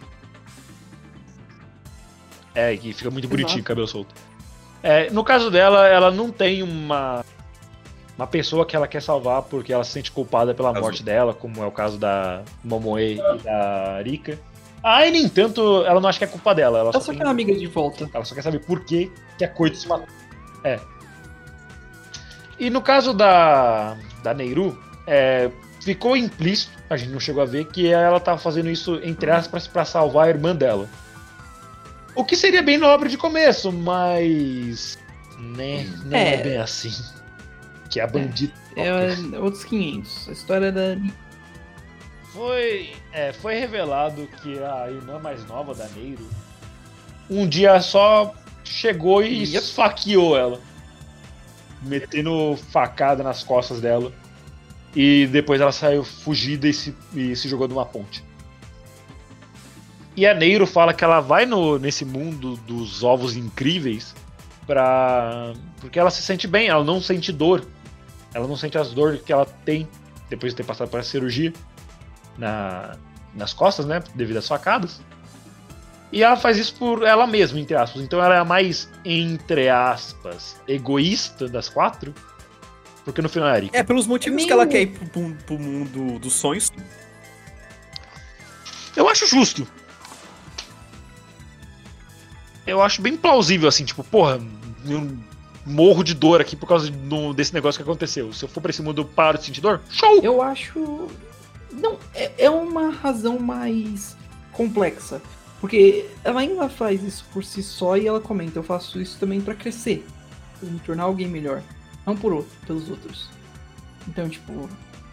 Que fica muito bonitinho o cabelo solto. No caso dela, ela não tem uma pessoa que ela quer salvar porque ela se sente culpada pela morte dela, como é o caso da Momoe e da Rika. E, no entanto, ela não acha que é culpa dela. Ela só quer amiga de volta. Ela só quer saber por que a Koito se matou. E no caso da Neyru, ficou implícito, a gente não chegou a ver, que ela tava fazendo isso, entre aspas, pra salvar a irmã dela. O que seria bem nobre de começo, mas... não é bem assim. Que é a bandida. Outros 500. A história da... Foi revelado que a irmã mais nova da Neyru um dia só chegou e esfaqueou ela. Metendo facada nas costas dela. E depois ela saiu fugida e se jogou numa ponte. E a Neyru fala que ela vai nesse mundo dos ovos incríveis porque ela se sente bem, ela não sente dor. Ela não sente as dores que ela tem depois de ter passado por essa cirurgia nas costas, né? Devido às facadas. E ela faz isso por ela mesma, entre aspas. Então ela é a mais, entre aspas, egoísta das 4. Porque no final é a Rika. Pelos motivos que ela quer ir pro mundo dos sonhos. Eu acho justo. Eu acho bem plausível, assim, tipo, porra, eu morro de dor aqui por causa desse negócio que aconteceu. Se eu for pra esse mundo, eu paro de sentir dor? Show! Eu acho... Não, é uma razão mais complexa. Porque ela ainda faz isso por si só e ela comenta, eu faço isso também pra crescer. Pra me tornar alguém melhor. Não pelos outros. Então, tipo...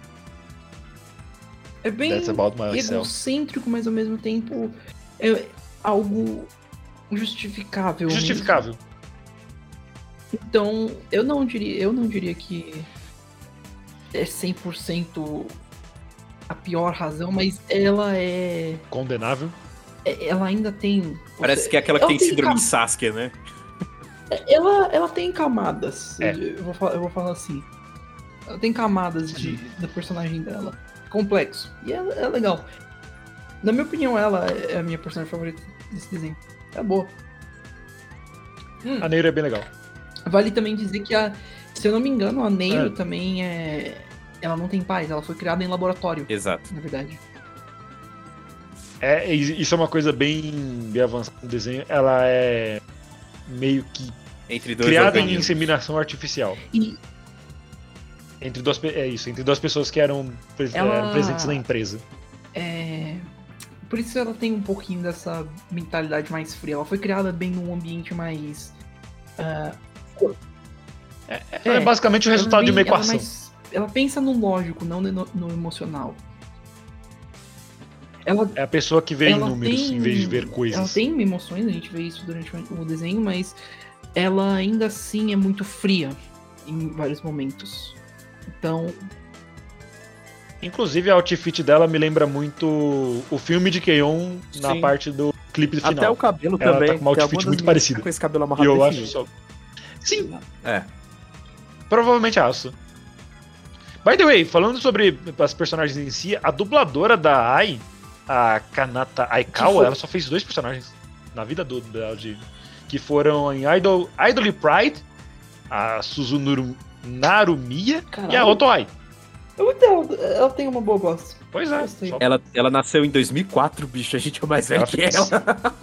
É bem egocêntrico, mas ao mesmo tempo é algo justificável. Justificável. Mesmo. Então, eu não diria que é 100% a pior razão, mas ela é... Condenável? Ela ainda tem... Parece que é aquela que tem síndrome de Sasuke, né? Ela tem camadas, eu vou falar assim. Ela tem camadas da personagem dela. Complexo. E é legal. Na minha opinião, ela é a minha personagem favorita desse desenho. É boa. A Neyru é bem legal. Vale também dizer que, se eu não me engano, a Neyru também ela não tem pais, ela foi criada em laboratório. Exato. Na verdade. Isso é uma coisa bem avançada no desenho. Ela é meio que criada em inseminação artificial. Entre duas pessoas que eram presentes na empresa. Por isso ela tem um pouquinho dessa mentalidade mais fria. Ela foi criada bem num ambiente mais... É basicamente o resultado de uma equação. Ela pensa no lógico, não no emocional. É a pessoa que vê em números em vez de ver coisas. Ela tem emoções, a gente vê isso durante o desenho, mas ela ainda assim é muito fria em vários momentos. Então... Inclusive a outfit dela me lembra muito o filme de Keion na parte do clipe final. Até o cabelo ela também. Tá com uma outfit muito parecida. Com esse cabelo amarrado. E eu acho só... Sim. Provavelmente aço. By the way, falando sobre as personagens em si, a dubladora da Ai a Kanata Aikawa, ela só fez 2 personagens na vida dela, que foram em Idol Pride, a Suzunuru Narumiya. Caralho. E a Otoai. Ela tem uma boa voz. Pois é. Ela nasceu em 2004, bicho. A gente é mais velho que ela.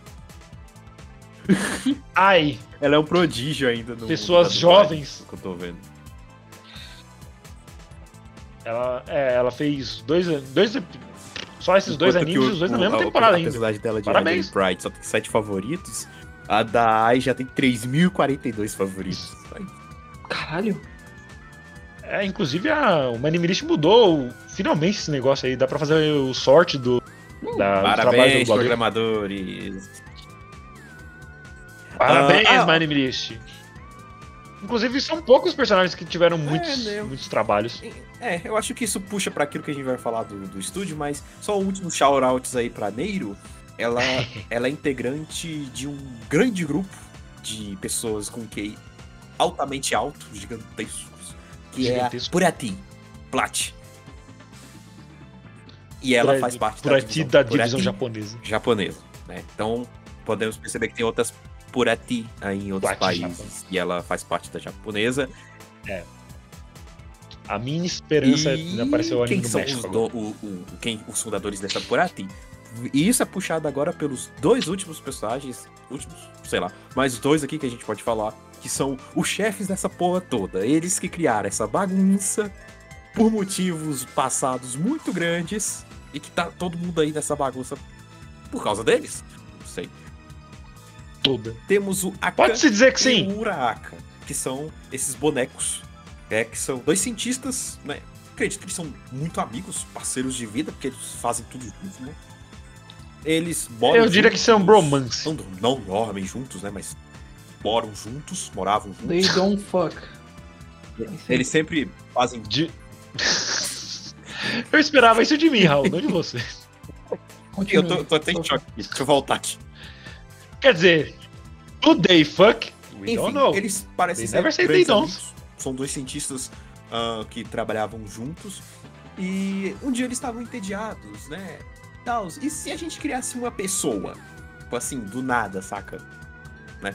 Ai. Ela é um prodígio ainda. Pessoas jovens. Que eu tô vendo. Ela fez 2 só esses 2 animes, os 2 na mesma temporada ainda. A dela de Parabéns. Pride só tem 7 favoritos. A da Ai já tem 3.042 favoritos. Caralho. Inclusive o Manimirish mudou finalmente esse negócio aí. Dá pra fazer o sorte do trabalho do programadores. Parabéns, Manimirish. Inclusive, são poucos personagens que tiveram muitos trabalhos. Eu acho que isso puxa pra aquilo que a gente vai falar do estúdio, mas só o último shout-outs aí pra Neiro. Ela é integrante de um grande grupo de pessoas com QI altamente alto, gigantescos, que é a Purati Plat. E ela faz parte da divisão japonesa. Né? Então, podemos perceber que tem outras Purati aí em outros países. Japonesa. E ela faz parte da japonesa. A minha esperança é aparecer o anime do México. Os fundadores dessa Purati? E isso é puxado agora pelos 2 últimos personagens. Mais 2 aqui que a gente pode falar. Que são os chefes dessa porra toda. Eles que criaram essa bagunça por motivos passados muito grandes. E que tá todo mundo aí nessa bagunça por causa deles. Não sei. Toda. Temos o Aka Pode-se dizer que sim. E o Uraraka, que são esses bonecos, que são 2 cientistas, né? Acredito que eles são muito amigos, parceiros de vida, porque eles fazem tudo juntos, né? Eles moram Eu diria que são bromance. Não dormem juntos, né? Mas moravam juntos. They don't fuck. Eles sempre fazem... Eu esperava isso de mim, Raul, não de você. Eu tô até em choque aqui. Deixa eu voltar aqui. Quer dizer, do they fuck? We don't know. Eles parecem ser grandes amigos. São 2 cientistas que trabalhavam juntos. E um dia eles estavam entediados, né? E se a gente criasse uma pessoa? Tipo assim, do nada, saca? Né?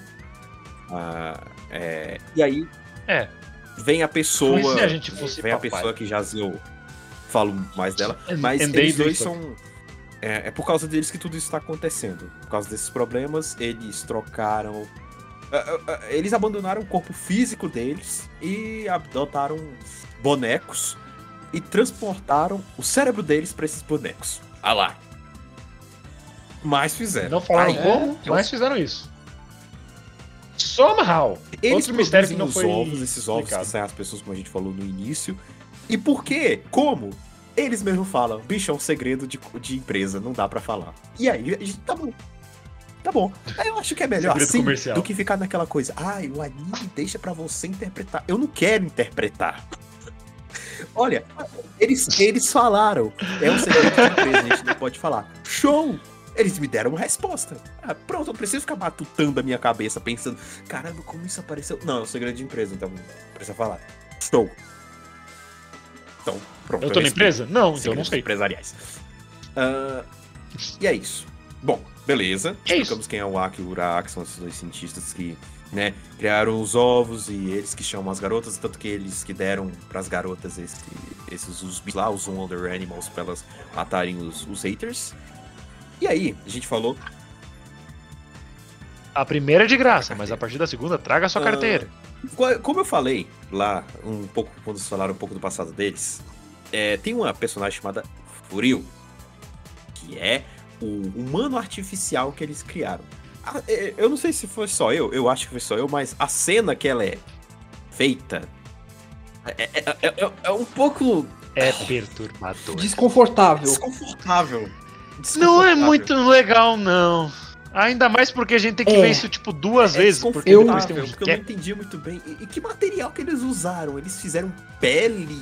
E aí... Vem a pessoa... Se a gente fosse vem papai. A pessoa que já eu falo mais dela. Mas eles 2 são... É por causa deles que tudo isso está acontecendo. Por causa desses problemas, eles trocaram... Eles abandonaram o corpo físico deles e adotaram bonecos e transportaram o cérebro deles para esses bonecos. Lá. Mas fizeram. Não falaram como, mas fizeram isso. Somehow. Eles outro mistério que não foi esses ovos que saem as pessoas, como a gente falou no início. E por quê? Como? Eles mesmos falam, bicho, é um segredo de empresa, não dá pra falar. E aí, a gente, tá bom. Aí eu acho que é melhor segredo assim comercial. Do que ficar naquela coisa, o anime deixa pra você interpretar. Eu não quero interpretar. Olha, eles falaram, é um segredo de empresa, a gente não pode falar. Show! Eles me deram uma resposta. Pronto, eu não preciso ficar matutando a minha cabeça, pensando, caramba, como isso apareceu? Não, é um segredo de empresa, então não precisa falar. Show! Então, pronto. Eu tô na empresa? Não, então não sei. Empresariais. E é isso. Bom, beleza. Explicamos quem é o Aka e o Uraraka, são esses 2 cientistas que, né, criaram os ovos e eles que chamam as garotas, tanto que eles que deram pras garotas esses os lá, os Wonder Animals, pra elas matarem os haters. E aí, a gente falou... A primeira é de graça, mas a partir da segunda, traga a sua carteira. Como eu falei lá, um pouco quando vocês falaram um pouco do passado deles, tem uma personagem chamada Furil, que é o humano artificial que eles criaram. Eu não sei se foi só eu acho que foi só eu, mas a cena que ela é feita é um pouco... É perturbador. Desconfortável. Não é muito legal, não. Ainda mais porque a gente tem que ver isso, tipo, 2 vezes. Porque depois tem porque eu não entendi muito bem. E que material que eles usaram? Eles fizeram pele?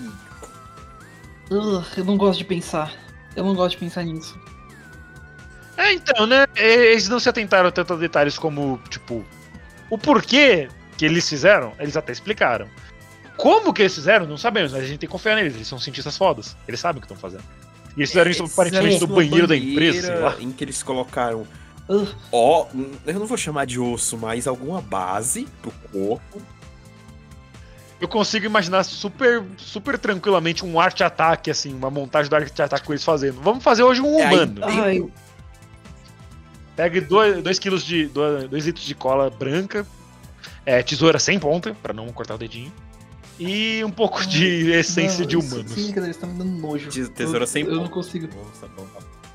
Eu não gosto de pensar. Eu não gosto de pensar nisso. Então, né? Eles não se atentaram tanto a detalhes como, tipo, o porquê que eles fizeram, eles até explicaram. Como que eles fizeram, não sabemos, mas a gente tem que confiar neles. Eles são cientistas fodas. Eles sabem o que estão fazendo. E eles fizeram isso aparentemente no banheiro da empresa, sei lá. Em que eles colocaram eu não vou chamar de osso, mas alguma base pro corpo. Eu consigo imaginar super tranquilamente um arte-ataque, assim, uma montagem do arte-ataque com eles fazendo. Vamos fazer hoje um humano. Pegue 2 quilos de 2 litros de cola branca, tesoura sem ponta, pra não cortar o dedinho, e um pouco de essência de humano. Sim, cara, eles estão me dando nojo. Tesoura sem ponta. Eu não consigo. Nossa, bom.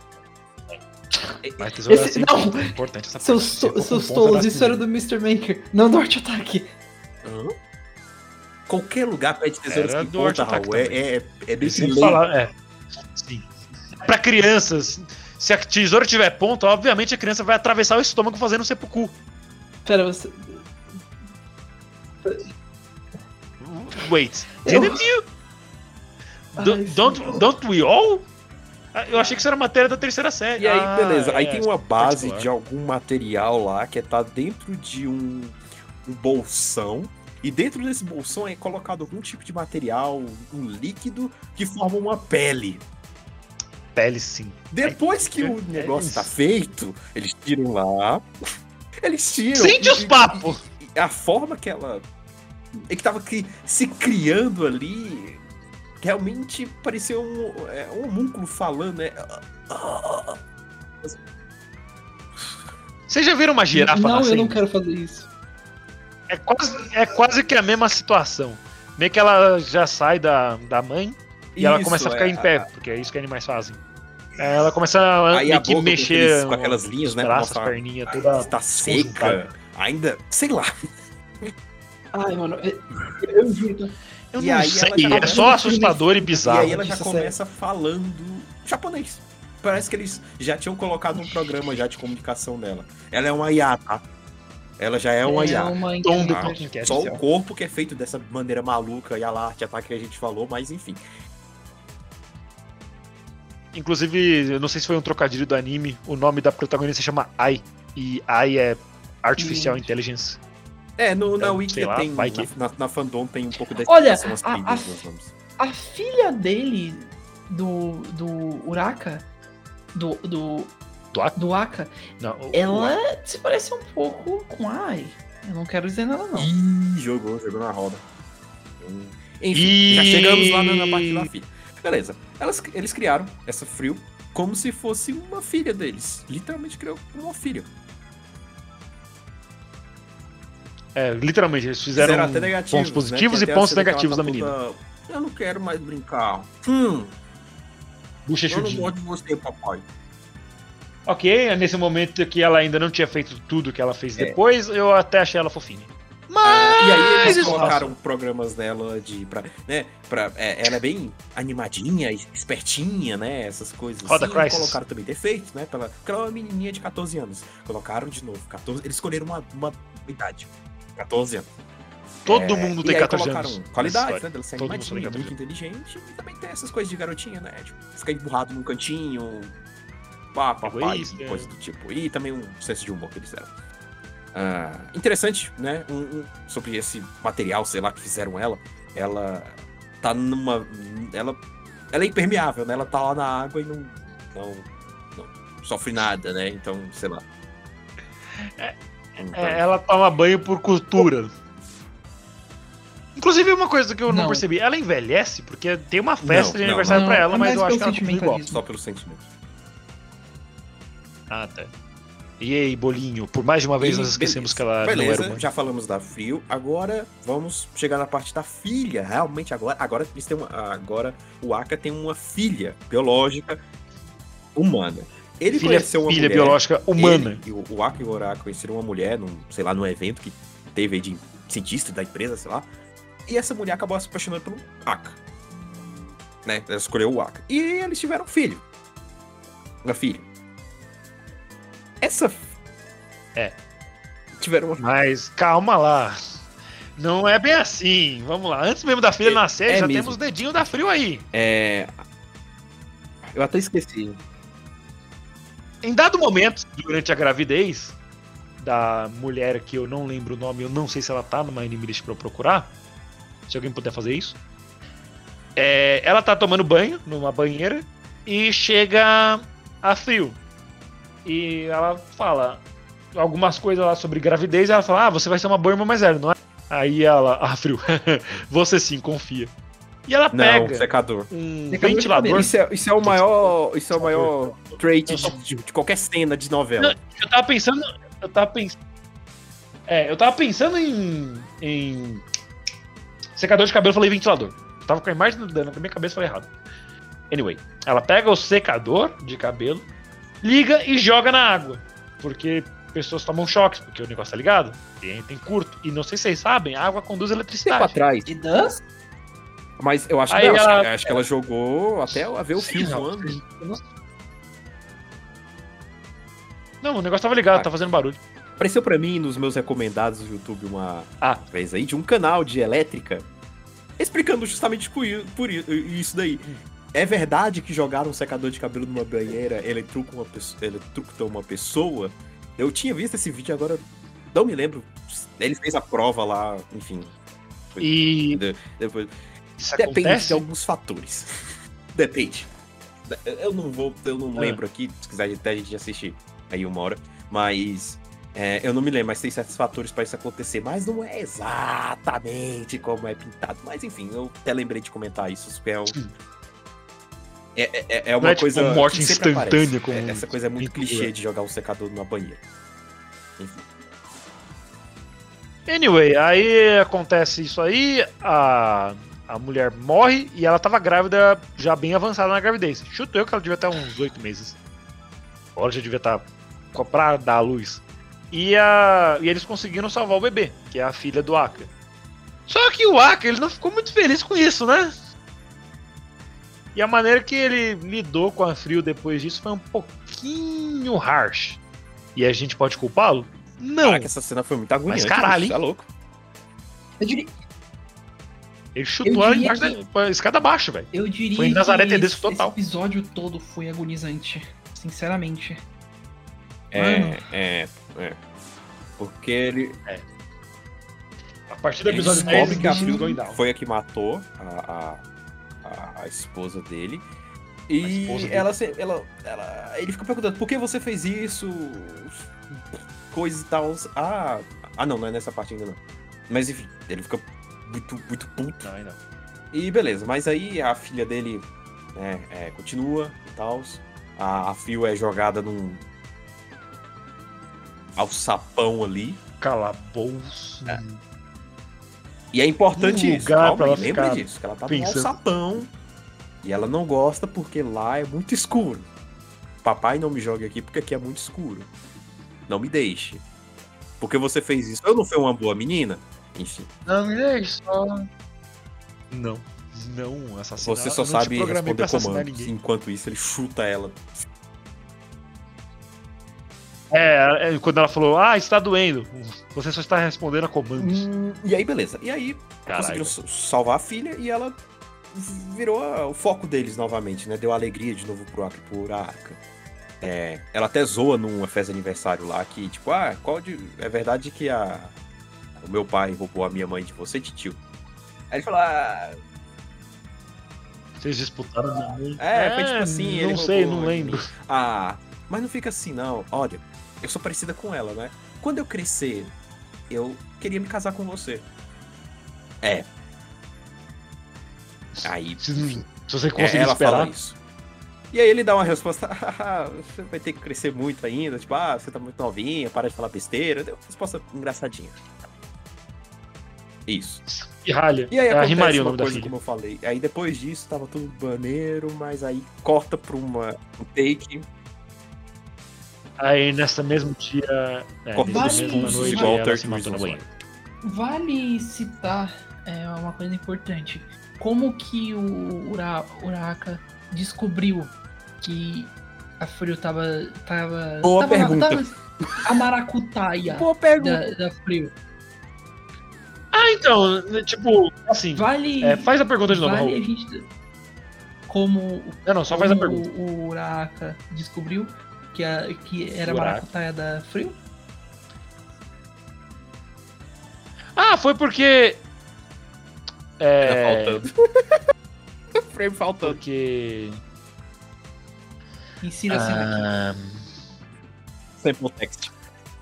Mas tesoura sem não, ponta, é importante essa seus tolos, isso era do Mr. Maker, não do Art Attack. Qualquer lugar pede tesoura sem ponta, Raul. É desse jeito. Sim. Pra crianças, se a tesoura tiver ponta, obviamente a criança vai atravessar o estômago fazendo um seppuku. Pera, você... Wait, didn't you? Don't we all? Eu achei que isso era matéria da terceira série. E aí, beleza. Aí tem uma base de algum material lá que tá dentro de um bolsão. E dentro desse bolsão é colocado algum tipo de material, um líquido, que forma uma pele. Pele, sim. Depois que o negócio tá feito, eles tiram lá. Eles tiram. Sente os papos! A forma que ela. É que tava se criando ali. Realmente parecia um homúnculo falando, né? Vocês já viram uma girafa nascendo? Não, eu não quero fazer isso. É quase que a mesma situação. Meio que ela já sai da mãe e ela começa a ficar em pé, porque é isso que animais fazem. Ela começa a meio que mexer com aquelas linhas, né? Braços, perninha toda tá seca, ainda, sei lá. Ai, mano, eu não sei, é só assustador e bizarro. E aí ela já começa falando japonês. Parece que eles já tinham colocado um programa já de comunicação nela. Ela é uma IA, tá? Ela já é uma IA. Só o corpo que é feito dessa maneira maluca e a arte ataque que a gente falou, mas enfim. Inclusive, eu não sei se foi um trocadilho do anime, o nome da protagonista se chama Ai. E Ai é Artificial Intelligence. Na Wiki tem. Na fandom tem um pouco dessa. Olha, a filha dele, do Uraka, do Aka, ela se parece um pouco com Ai. Eu não quero dizer nada, não. Jogou na roda. Enfim, já chegamos lá na parte da filha. Beleza. Eles criaram essa Frill como se fosse uma filha deles. Literalmente criou uma filha. Literalmente, eles fizeram até negativos, pontos positivos, né? E pontos negativos da menina. Eu não quero mais brincar. Bochechudinho. Eu não gosto de você, papai. Ok, nesse momento que ela ainda não tinha feito tudo que ela fez depois, eu até achei ela fofinha. Mas e aí eles colocaram programas dela ela é bem animadinha, espertinha, né? Essas coisas Roda assim. Crisis. Colocaram também defeitos, né? Porque ela é uma menininha de 14 anos. Colocaram de novo 14. Eles escolheram uma idade. 14 anos. Todo mundo tem 14 colocaram anos. Qualidades, né? Dela ser animadinha, muito inteligente. E também tem essas coisas de garotinha, né? Tipo, ficar emburrado num cantinho. Papai, coisa do tipo. E também um senso de humor que eles deram. Interessante, né? Sobre esse material, sei lá, que fizeram ela. Ela tá numa. Ela é impermeável, né? Ela tá lá na água e não sofre nada, né? Então, sei lá. Ela toma banho por cultura. Inclusive, uma coisa que eu não percebi, ela envelhece, porque tem uma festa de aniversário pra ela, mas eu acho que ela continua igual. Só pelo sentimento. Ah, tá. E aí, bolinho, por mais de uma vez nós esquecemos que ela não era uma... Já falamos da Frill, agora vamos chegar na parte da filha. Realmente, agora eles têm agora o Aka tem uma filha biológica humana. Ele conheceu uma mulher biológica humana. O Aka e o Uraka conheceram uma mulher, num evento que teve aí de cientista da empresa, sei lá. E essa mulher acabou se apaixonando pelo Aka. Né? Ela escolheu o Aka. E eles tiveram um filho. Uma filha. Tiveram uma... Mas calma lá. Não é bem assim. Vamos lá. Antes mesmo da filha nascer, já temos o dedinho da Frill aí. Eu até esqueci. Em dado momento, durante a gravidez da mulher que eu não lembro o nome, eu não sei se ela tá numa Animalist pra eu procurar. Se alguém puder fazer isso. Ela tá tomando banho numa banheira e chega a Frio. E ela fala algumas coisas lá sobre gravidez, e ela fala, você vai ser uma boa irmã mais velha, não é? Aí ela, Frio, você sim, confia. E ela pega secador. Um ventilador. Isso é o maior trait de qualquer cena de novela. Não, eu tava pensando em secador de cabelo, eu falei ventilador. Eu tava com a imagem na minha cabeça, falei errado. Anyway, ela pega o secador de cabelo, liga e joga na água. Porque pessoas tomam choques, porque o negócio tá ligado. Tem curto. E não sei se vocês sabem, a água conduz eletricidade. Tempo atrás. De dança? Mas eu acho acho que ela jogou até ver o fio voando. Não, o negócio tava ligado, tá fazendo barulho. Apareceu pra mim nos meus recomendados do YouTube uma vez aí de um canal de elétrica explicando justamente por isso daí. É verdade que jogaram um secador de cabelo numa banheira, eletrocutam uma pessoa? Eu tinha visto esse vídeo, agora não me lembro. Ele fez a prova lá, enfim. Depois. Depende de alguns fatores. Depende. Eu não lembro aqui, se quiser até a gente assistir aí uma hora, mas eu não me lembro, mas tem certos fatores pra isso acontecer, mas não é exatamente como é pintado. Mas enfim, eu até lembrei de comentar isso, que é uma coisa. Tipo morte instantânea. Essa coisa é muito clichê de jogar um secador numa banheira. Enfim. Anyway, aí acontece isso aí, a mulher morre e ela tava grávida, já bem avançada na gravidez. Chuto eu que ela devia estar uns 8 meses. Ela já devia estar pra dar à luz. E eles conseguiram salvar o bebê, que é a filha do Aka. Só que o Aka, ele não ficou muito feliz com isso, né? E a maneira que ele lidou com a Frio depois disso foi um pouquinho harsh. E a gente pode culpá-lo? Não. Caraca, essa cena foi muito agoniante. Mas caralho, hein? Tá louco. Ele chutou ela embaixo da escada abaixo, velho. Eu diria foi em Nazaré Tedesco total. Esse episódio todo foi agonizante, sinceramente. Porque ele... A partir do episódio 10, que a Frio foi a que matou a esposa dele. E ele fica perguntando, por que você fez isso? Coisas e tal. Não é nessa parte ainda não. Mas enfim, ele fica muito puto. Não. E beleza, mas aí a filha dele continua e tal. A Fio é jogada num alçapão ali. Calabouço. E é importante isso, lembra disso, que ela tá num alçapão e ela não gosta porque lá é muito escuro. Papai, não me jogue aqui porque aqui é muito escuro. Não me deixe. Porque você fez isso? Eu não fui uma boa menina? Enfim. Não me deixe só. Não, assassinar. Você só sabe responder comandos. Enquanto isso, ele chuta ela. Quando ela falou, está doendo. Você só está respondendo a comandos. E aí, beleza. E aí, conseguiram salvar a filha e ela virou o foco deles novamente, né? Deu alegria de novo pro Aka. Ela até zoa numa festa de aniversário lá que, tipo, é verdade que o meu pai roubou a minha mãe de você, tio? Aí ele falou, vocês disputaram minha mãe? Foi tipo assim, não sei, não lembro. Mas não fica assim, não. Olha, eu sou parecida com ela, né? Quando eu crescer, eu queria me casar com você. Aí, se você conseguir ela esperar. Fala isso. E aí ele dá uma resposta, você vai ter que crescer muito ainda, tipo, você tá muito novinha, para de falar besteira. Deu uma resposta engraçadinha. Isso. E ralha. E aí acontece rimaria o uma nome coisa, da filha. como eu falei. Aí depois disso, tava tudo maneiro, mas aí corta pra um take. Aí nessa mesma dia, nessa mesma noite, igual ela se matou na banheira. Vale citar uma coisa importante. Como que o Uraka descobriu que a Frio tava a maracutaia da Frio? Então, tipo, assim, faz a pergunta de novo, Raul. A gente, como só faz a pergunta. O Uraka descobriu que era a maracutaia da Frio? Foi porque... Tá faltando. Frame faltando. Porque... Insira a cena aqui. Sample text.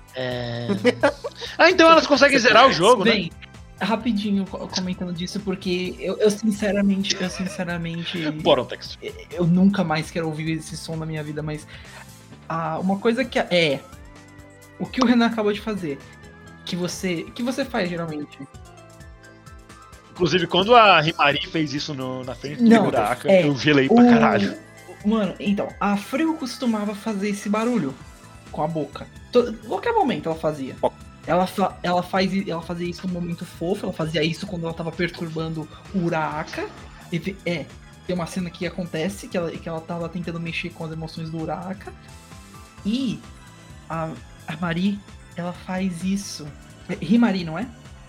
Então elas conseguem zerar o jogo, né? Bem, rapidinho comentando disso, porque eu sinceramente... Bora um texto. Eu nunca mais quero ouvir esse som na minha vida, mas... uma coisa que é... O que o Renan acabou de fazer, que você faz geralmente... Inclusive, quando a Himari fez isso na frente do Uraraka, eu gelei pra caralho. Mano, então, a Frill costumava fazer esse barulho com a boca. Qualquer momento ela fazia. Ela fazia isso num momento fofo, ela fazia isso quando ela tava perturbando o Uraraka. Tem uma cena que acontece, que ela tava tentando mexer com as emoções do Uraraka. E a Mari, ela faz isso. Himari, não é?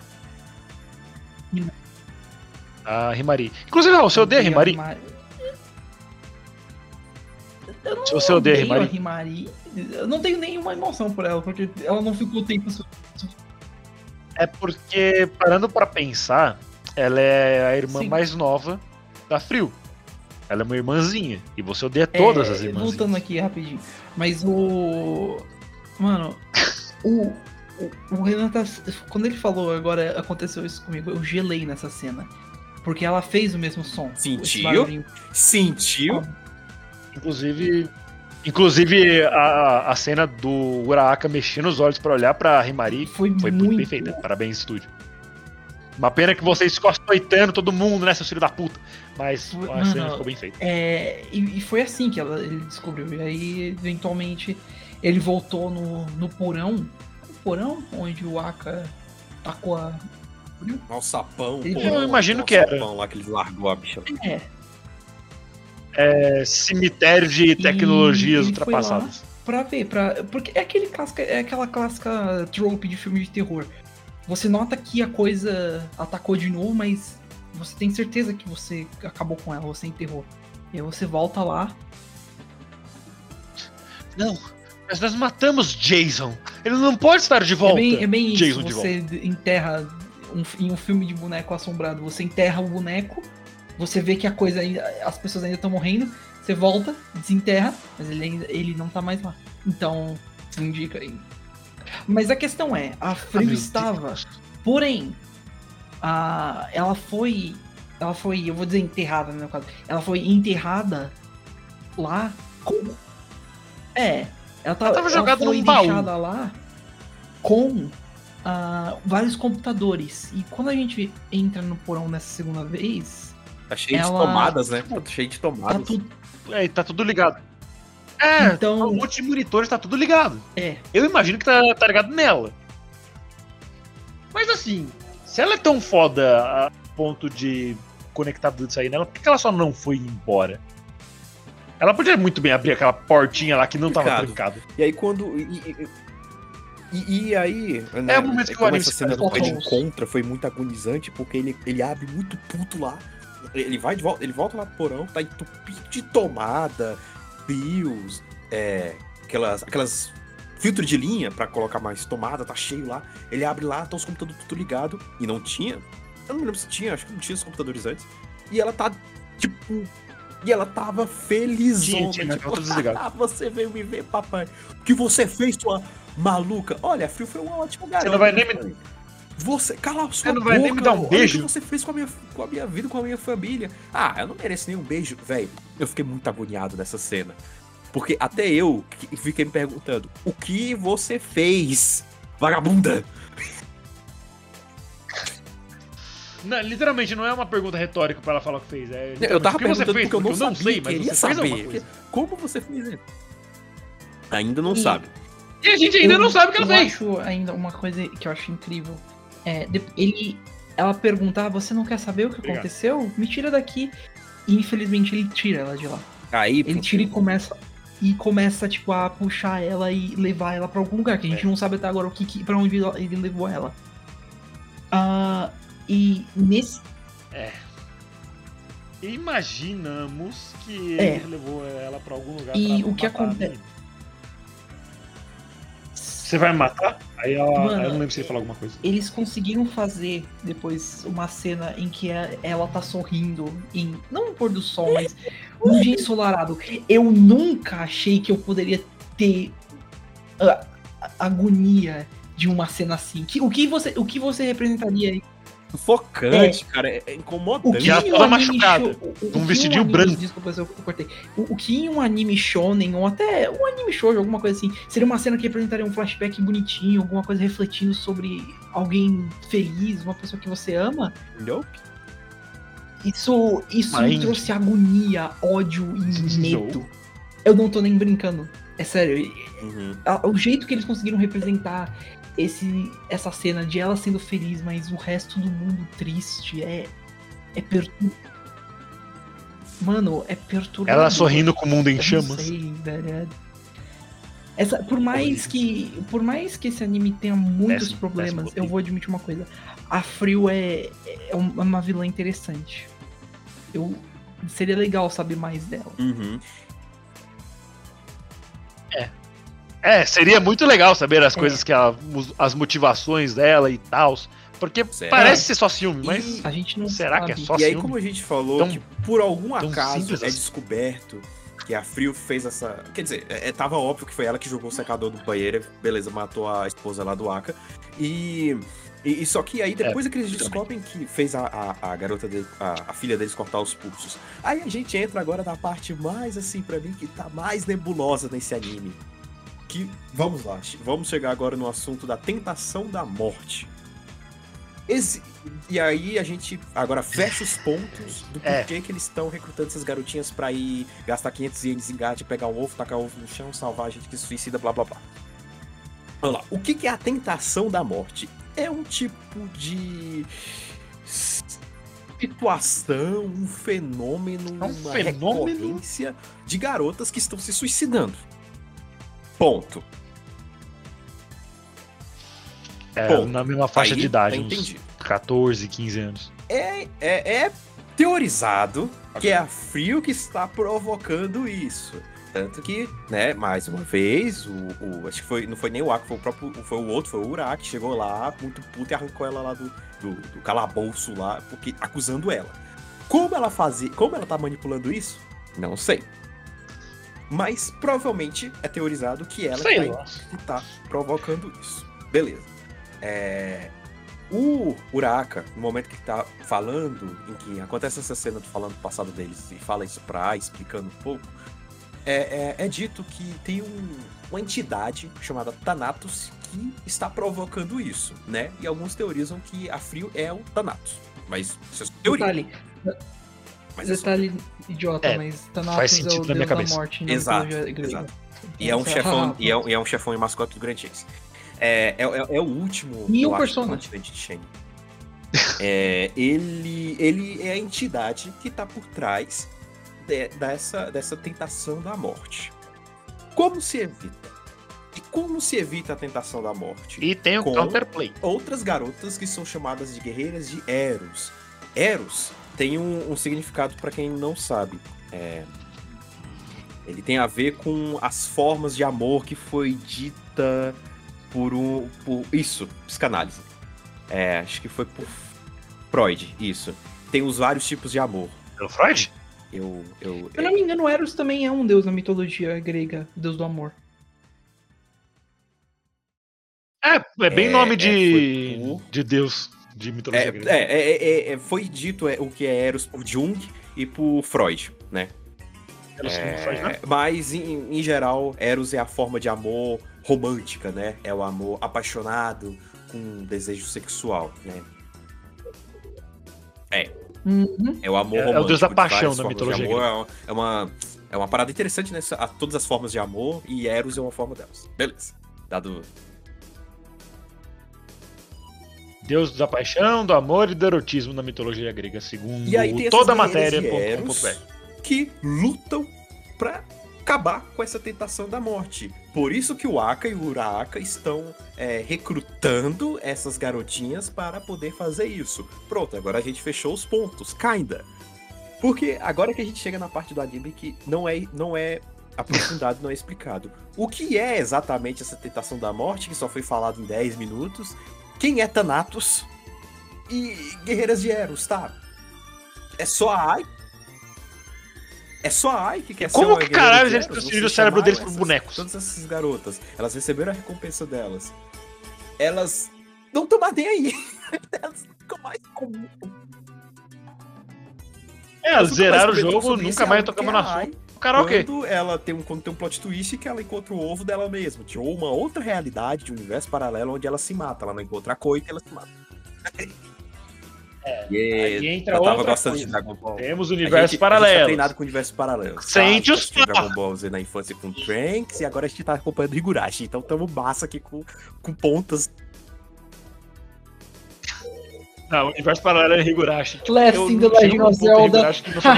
A Himari. Inclusive, você odeia a Himari? Se você odeia a Himari, eu não tenho nenhuma emoção por ela, porque ela não ficou tempo suficiente. É porque, parando pra pensar, ela é a irmã mais nova da Frill. Ela é uma irmãzinha. E você odeia todas as irmãzinhas. Voltando aqui rapidinho. Mas Mano, o Renan quando ele falou agora aconteceu isso comigo, eu gelei nessa cena. Porque ela fez o mesmo som. Sentiu? Inclusive a cena do Uraraka mexendo os olhos pra olhar pra Himari foi muito bem feita. Parabéns, estúdio. Uma pena que vocês ficam açoitando todo mundo, né, seu filho da puta. Mas a cena ficou bem feita. E foi assim que ele descobriu. E aí, eventualmente, ele voltou no porão. O porão onde o Aka tacou a... O sapão. Eu imagino que era. O sapão lá que eles largou a bicha. Cemitério de tecnologias ultrapassadas. Pra ver, porque é aquela clássica trope de filme de terror. Você nota que a coisa atacou de novo, mas você tem certeza que você acabou com ela, você enterrou. E aí você volta lá. Não, mas nós matamos Jason. Ele não pode estar de volta. É bem isso. Jason você enterra em um filme de boneco assombrado. Você enterra o boneco, você vê que as pessoas ainda estão morrendo. Você volta, desenterra, mas ele não tá mais lá. Então, isso indica aí. Mas a questão é, a Frill estava... Porém, ela foi, eu vou dizer enterrada no meu caso. Ela foi enterrada lá com... Ela tava jogada num baú. Deixada lá com vários computadores. E quando a gente entra no porão nessa segunda vez... Tá cheio de tomadas, né? Tá cheio de tomadas. Tá tudo ligado. Então, um monte de monitores, tá tudo ligado. Eu imagino que tá ligado nela. Mas assim, se ela é tão foda a ponto de conectar tudo isso aí nela, por que ela só não foi embora? Ela podia muito bem abrir aquela portinha lá que não tava trancada. E aí quando... E aí... Né, o momento que o anime essa cena do de encontra foi muito agonizante, porque ele abre muito puto lá. Ele volta lá pro porão, tá entupido de tomada, fios, aquelas filtro de linha pra colocar mais tomada, tá cheio lá. Ele abre lá, tá os computadores tudo ligado. E não tinha. Eu não me lembro se tinha, acho que não tinha os computadores antes. E ela tá, tipo... E ela tava felizona. Tinha, tipo, desligado. Você veio me ver, papai. O que você fez, sua maluca? Olha, a Frill foi uma ótima garota. Você não vai nem me... Você, cala a sua boca. Você não vai nem me dar um beijo? O que você fez com a minha vida, com a minha família? Eu não mereço nenhum beijo. Velho, eu fiquei muito agoniado nessa cena. Porque até eu fiquei me perguntando, o que você fez, vagabunda? Não, literalmente, não é uma pergunta retórica pra ela falar o que fez. Eu tava perguntando porque eu não sei, mas queria você fez alguma saber. coisa. Como você fez isso? Ainda não sabe. E a gente ainda não sabe o que ela fez. Eu acho ainda uma coisa que eu acho incrível. Ela pergunta, você não quer saber o que aconteceu? Me tira daqui. E infelizmente ele tira ela de lá. Ele tira e começa tipo, a puxar ela e levar ela pra algum lugar, que a gente não sabe até agora pra onde ele levou ela. E nesse... Imaginamos que ele levou ela pra algum lugar. E o que acontece... Você vai matar Aí ela, eu não lembro se ele falou alguma coisa. Eles conseguiram fazer depois uma cena em que ela tá sorrindo não no pôr do sol, mas num dia ensolarado. Eu nunca achei que eu poderia ter a agonia de uma cena assim. O que você representaria aí? Sufocante, cara, é incomodante. Já toda machucada, um vestidinho branco. Desculpa se eu cortei. O que em um anime shonen, ou até um anime shoujo, alguma coisa assim, seria uma cena que representaria um flashback bonitinho, alguma coisa refletindo sobre alguém feliz, uma pessoa que você ama? Nope. Isso me trouxe agonia, ódio e medo. Eu não tô nem brincando. É sério. O jeito que eles conseguiram representar essa cena de ela sendo feliz, mas o resto do mundo triste é perturbador. Mano, é perturbador. Ela sorrindo com o mundo em chamas. Não sei, velho. Por mais que esse anime tenha muitos problemas, eu vou admitir uma coisa. A Frio é uma vilã interessante. Seria legal saber mais dela. Seria muito legal saber as coisas que as motivações dela e tal. Porque parece ser só ciúme, mas a gente não será sabe. que é só ciúme? ciúme? E aí, como a gente falou, que por algum acaso é descoberto que a Frio fez essa... Quer dizer, tava óbvio que foi ela que jogou o secador do banheiro, beleza, matou a esposa lá do Aka. E só que aí depois que eles descobrem que fez a garota dele, a filha deles cortar os pulsos. Aí a gente entra agora na parte mais, assim, pra mim, que tá mais nebulosa nesse anime. Que, vamos lá, vamos chegar agora no assunto da tentação da morte. E aí a gente agora fecha os pontos do porquê que eles estão recrutando essas garotinhas pra ir gastar 500 ienes em gato, pegar um ovo, tacar o ovo no chão, salvar a gente que se suicida, blá blá blá. Vamos lá, o que é a tentação da morte? É um tipo de situação, um fenômeno, uma recorrência de garotas que estão se suicidando. Ponto. Na mesma faixa de idade, uns 14, 15 anos. É teorizado que é a Frio que está provocando isso. Tanto que, né, mais uma vez, acho que não foi nem o Aka, foi o outro, foi o Uraki, chegou lá, muito puto, e arrancou ela lá do calabouço lá, porque acusando ela. Como ela tá manipulando isso? Não sei. Mas provavelmente é teorizado que ela que tá provocando isso. Beleza. O Uraka, no momento que tá falando, em que acontece essa cena do falando do passado deles e fala isso explicando um pouco, é dito que tem uma entidade chamada Thanatos que está provocando isso, né? E alguns teorizam que a Frio é o Thanatos. Mas isso é teoria. Detalhe idiota, mas Thanatos faz sentido é o na minha deus cabeça. da morte. Exato. E é um chefão, e é um chefão e mascote do Grand Chase. É o último. E o personagem de Shen. Ele é a entidade que tá por trás dessa tentação da morte. Como se evita? E como se evita a tentação da morte? E tem o counterplay. Outras garotas que são chamadas de guerreiras de Eros. Eros tem um significado para quem não sabe. Ele tem a ver com as formas de amor que foi dita por psicanálise. Acho que foi por Freud, isso. Tem os vários tipos de amor. Pelo Freud? Se eu não me engano, Eros também é um deus na mitologia grega, deus do amor. É bem nome de deus de mitologia grega. Foi dito o que é Eros por Jung e por Freud, né? Mas, em geral, Eros é a forma de amor romântica, né? É o amor apaixonado com desejo sexual, né? É o amor romântico. É o deus da paixão na mitologia grega. É uma parada interessante, né? Todas as formas de amor, e Eros é uma forma delas. Beleza. Dado... Deus da paixão, do amor e do erotismo na mitologia grega, segundo toda a matéria.com.br. Que lutam pra acabar com essa tentação da morte. Por isso que o Aka e o Uraka estão recrutando essas garotinhas para poder fazer isso. Pronto, agora a gente fechou os pontos, kinda. Porque agora que a gente chega na parte do anime que não é aprofundado, não é explicado. O que é exatamente essa tentação da morte, que só foi falado em 10 minutos? Quem é Thanatos? E Guerreiras de Eros, tá? É só a Ai? É só a Ai que quer ser uma Como que caralho de eles Eros? transferiram o cérebro deles pros bonecos? Todas essas garotas, elas receberam a recompensa delas. Elas não estão mais nem aí. Elas ficam mais comum. Elas zeraram o jogo, nunca mais tocamos na sua. Karaokê. Quando tem um plot twist que ela encontra o ovo dela mesma. Ou uma outra realidade de um universo paralelo onde ela se mata. Ela não encontra a Coit e ela se mata. Aí entra eu tava outra gostando coisa. de Dragon Ball. Temos universos A gente paralelos. tá treinado com universos paralelos. Sente os fãs. Dragon Ball Z na infância com Trunks e agora a gente tá acompanhando Higurashi. Então tamo massa aqui com pontas. Não, o universo paralelo é Higurashi. Blessing the Legend of Zelda.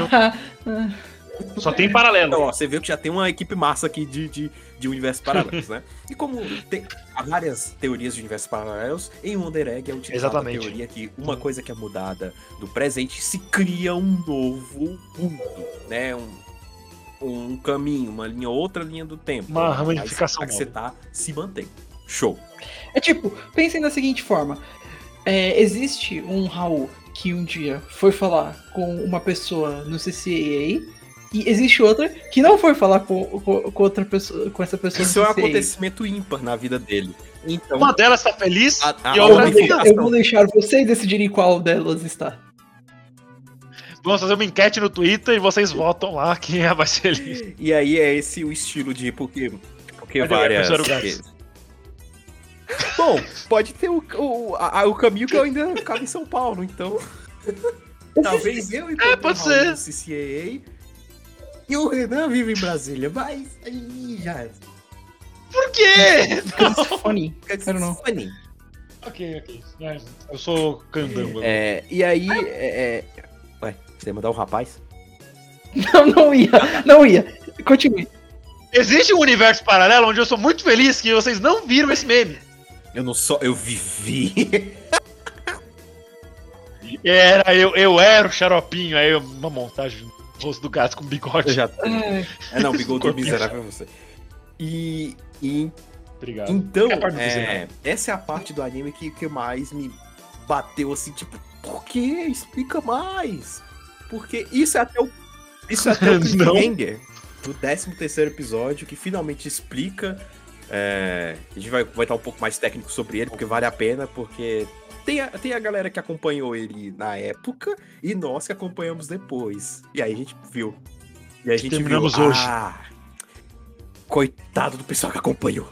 Só tem paralelo. Então, ó, você viu que já tem uma equipe massa aqui de universos paralelos, né? E como há várias teorias de universos paralelos, em Wonder Egg é utilizada a teoria que uma coisa que é mudada do presente se cria um novo mundo, né? Um caminho, outra linha do tempo. Uma ramificação. A que você tá se mantém. Show. É tipo, pensem da seguinte forma. Existe um Raul que um dia foi falar com uma pessoa no CCAA e existe outra que não foi falar com outra pessoa, com essa pessoa. Isso é um acontecimento ímpar na vida dele. Então, uma delas tá feliz e outra eu vou deixar vocês decidirem qual delas está. Vamos fazer uma enquete no Twitter e vocês votam lá quem vai ser feliz. E aí é esse o estilo de porque várias. Bom, pode ter o caminho que eu ainda ficava em São Paulo, então. Talvez eu e pode ser. No CCAA. E o Renan vive em Brasília, mas aí já. Por quê? Funny. Quero não. Funny. Ok. Eu sou candango. E aí. Ué, você ia mandar um rapaz? Não ia. Continue. Existe um universo paralelo onde eu sou muito feliz que vocês não viram esse meme. Eu vivi. Eu era o xaropinho, aí uma montagem do rosto do gato com bigode. Eu já tenho. Não, bigode é miserável pra você. Obrigado. Então, essa é a parte do anime que mais me bateu assim, tipo, por quê? Explica mais. Porque isso é até o cliffhanger do 13º episódio, que finalmente explica. A gente vai estar um pouco mais técnico sobre ele, porque vale a pena, porque tem a galera que acompanhou ele na época e nós que acompanhamos depois. E aí a gente viu. E aí a gente terminamos hoje. Coitado do pessoal que acompanhou.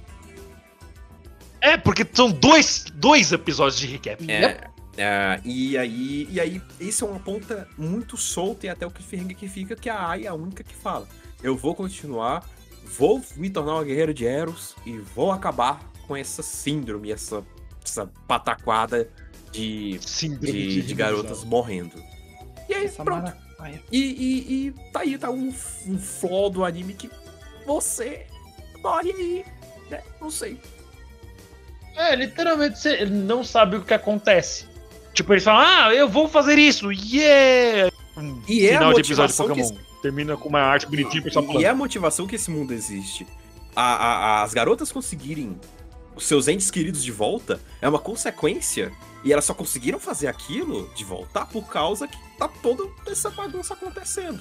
Porque são dois episódios de recap. E aí isso é uma ponta muito solta e até o cliffhanger que fica, que a Ai é a única que fala. Eu vou continuar, vou me tornar uma guerreira de Eros e vou acabar com essa síndrome, essa pataquada de garotas morrendo. E aí, pronto. E tá aí, tá um flaw do anime que você morre aí, né? Não sei. Literalmente, você não sabe o que acontece. Tipo, eles falam, eu vou fazer isso, yeah! E final a de episódio de motivação Pokémon. Termina com uma arte bonitinha pra E é a motivação que esse mundo existe. As garotas conseguirem os seus entes queridos de volta é uma consequência. E elas só conseguiram fazer aquilo de voltar por causa que tá toda essa bagunça acontecendo.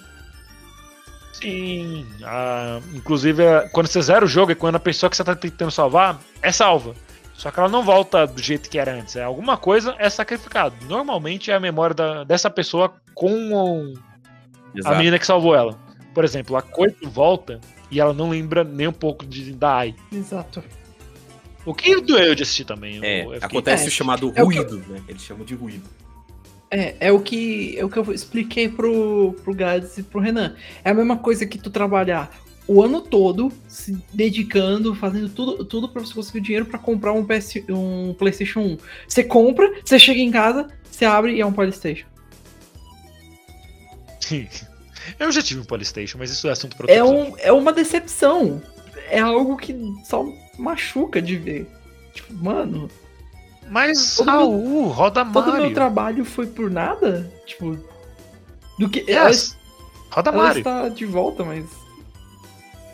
Sim. Inclusive, quando você zera o jogo é quando a pessoa que você tá tentando salvar é salva. Só que ela não volta do jeito que era antes. Alguma coisa é sacrificado. Normalmente é a memória dessa pessoa com a menina que salvou ela. Por exemplo, a Coito volta e ela não lembra nem um pouco da Ai. Exato. O que doeu de assistir também. Acontece o chamado ruído, né? Eles chamam de ruído. É o que eu expliquei pro Gads e pro Renan. É a mesma coisa que tu trabalhar o ano todo se dedicando, fazendo tudo pra você conseguir dinheiro pra comprar um PlayStation 1. Você compra, você chega em casa, você abre e é um PlayStation. Eu já tive um PlayStation, mas isso é assunto pra outro episódio. É uma decepção. É algo que só machuca de ver. Tipo, mano... Mas, Raul, roda Mario. Todo meu trabalho foi por nada? Tipo... Do que... Roda Mario. Ela está de volta, mas...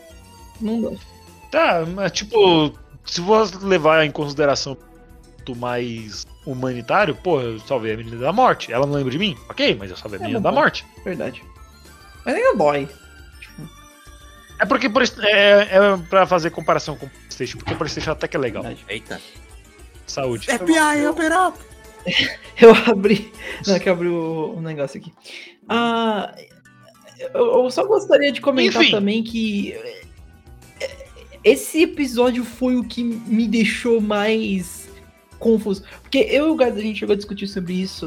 Não dá. Tá, mas tipo, se você levar em consideração o mais humanitário, pô, eu salvei a menina da morte. Ela não lembra de mim? Ok, mas eu salvei a menina da morte. Verdade. Mas ainda dói. É porque é pra fazer comparação com o PlayStation, porque o PlayStation até que é legal. Eita. Saúde. FBI, operado! Eu abri. Não, que eu abri o negócio aqui. Eu só gostaria de comentar também que esse episódio foi o que me deixou mais confuso. Porque eu e o Gado, a gente chegou a discutir sobre isso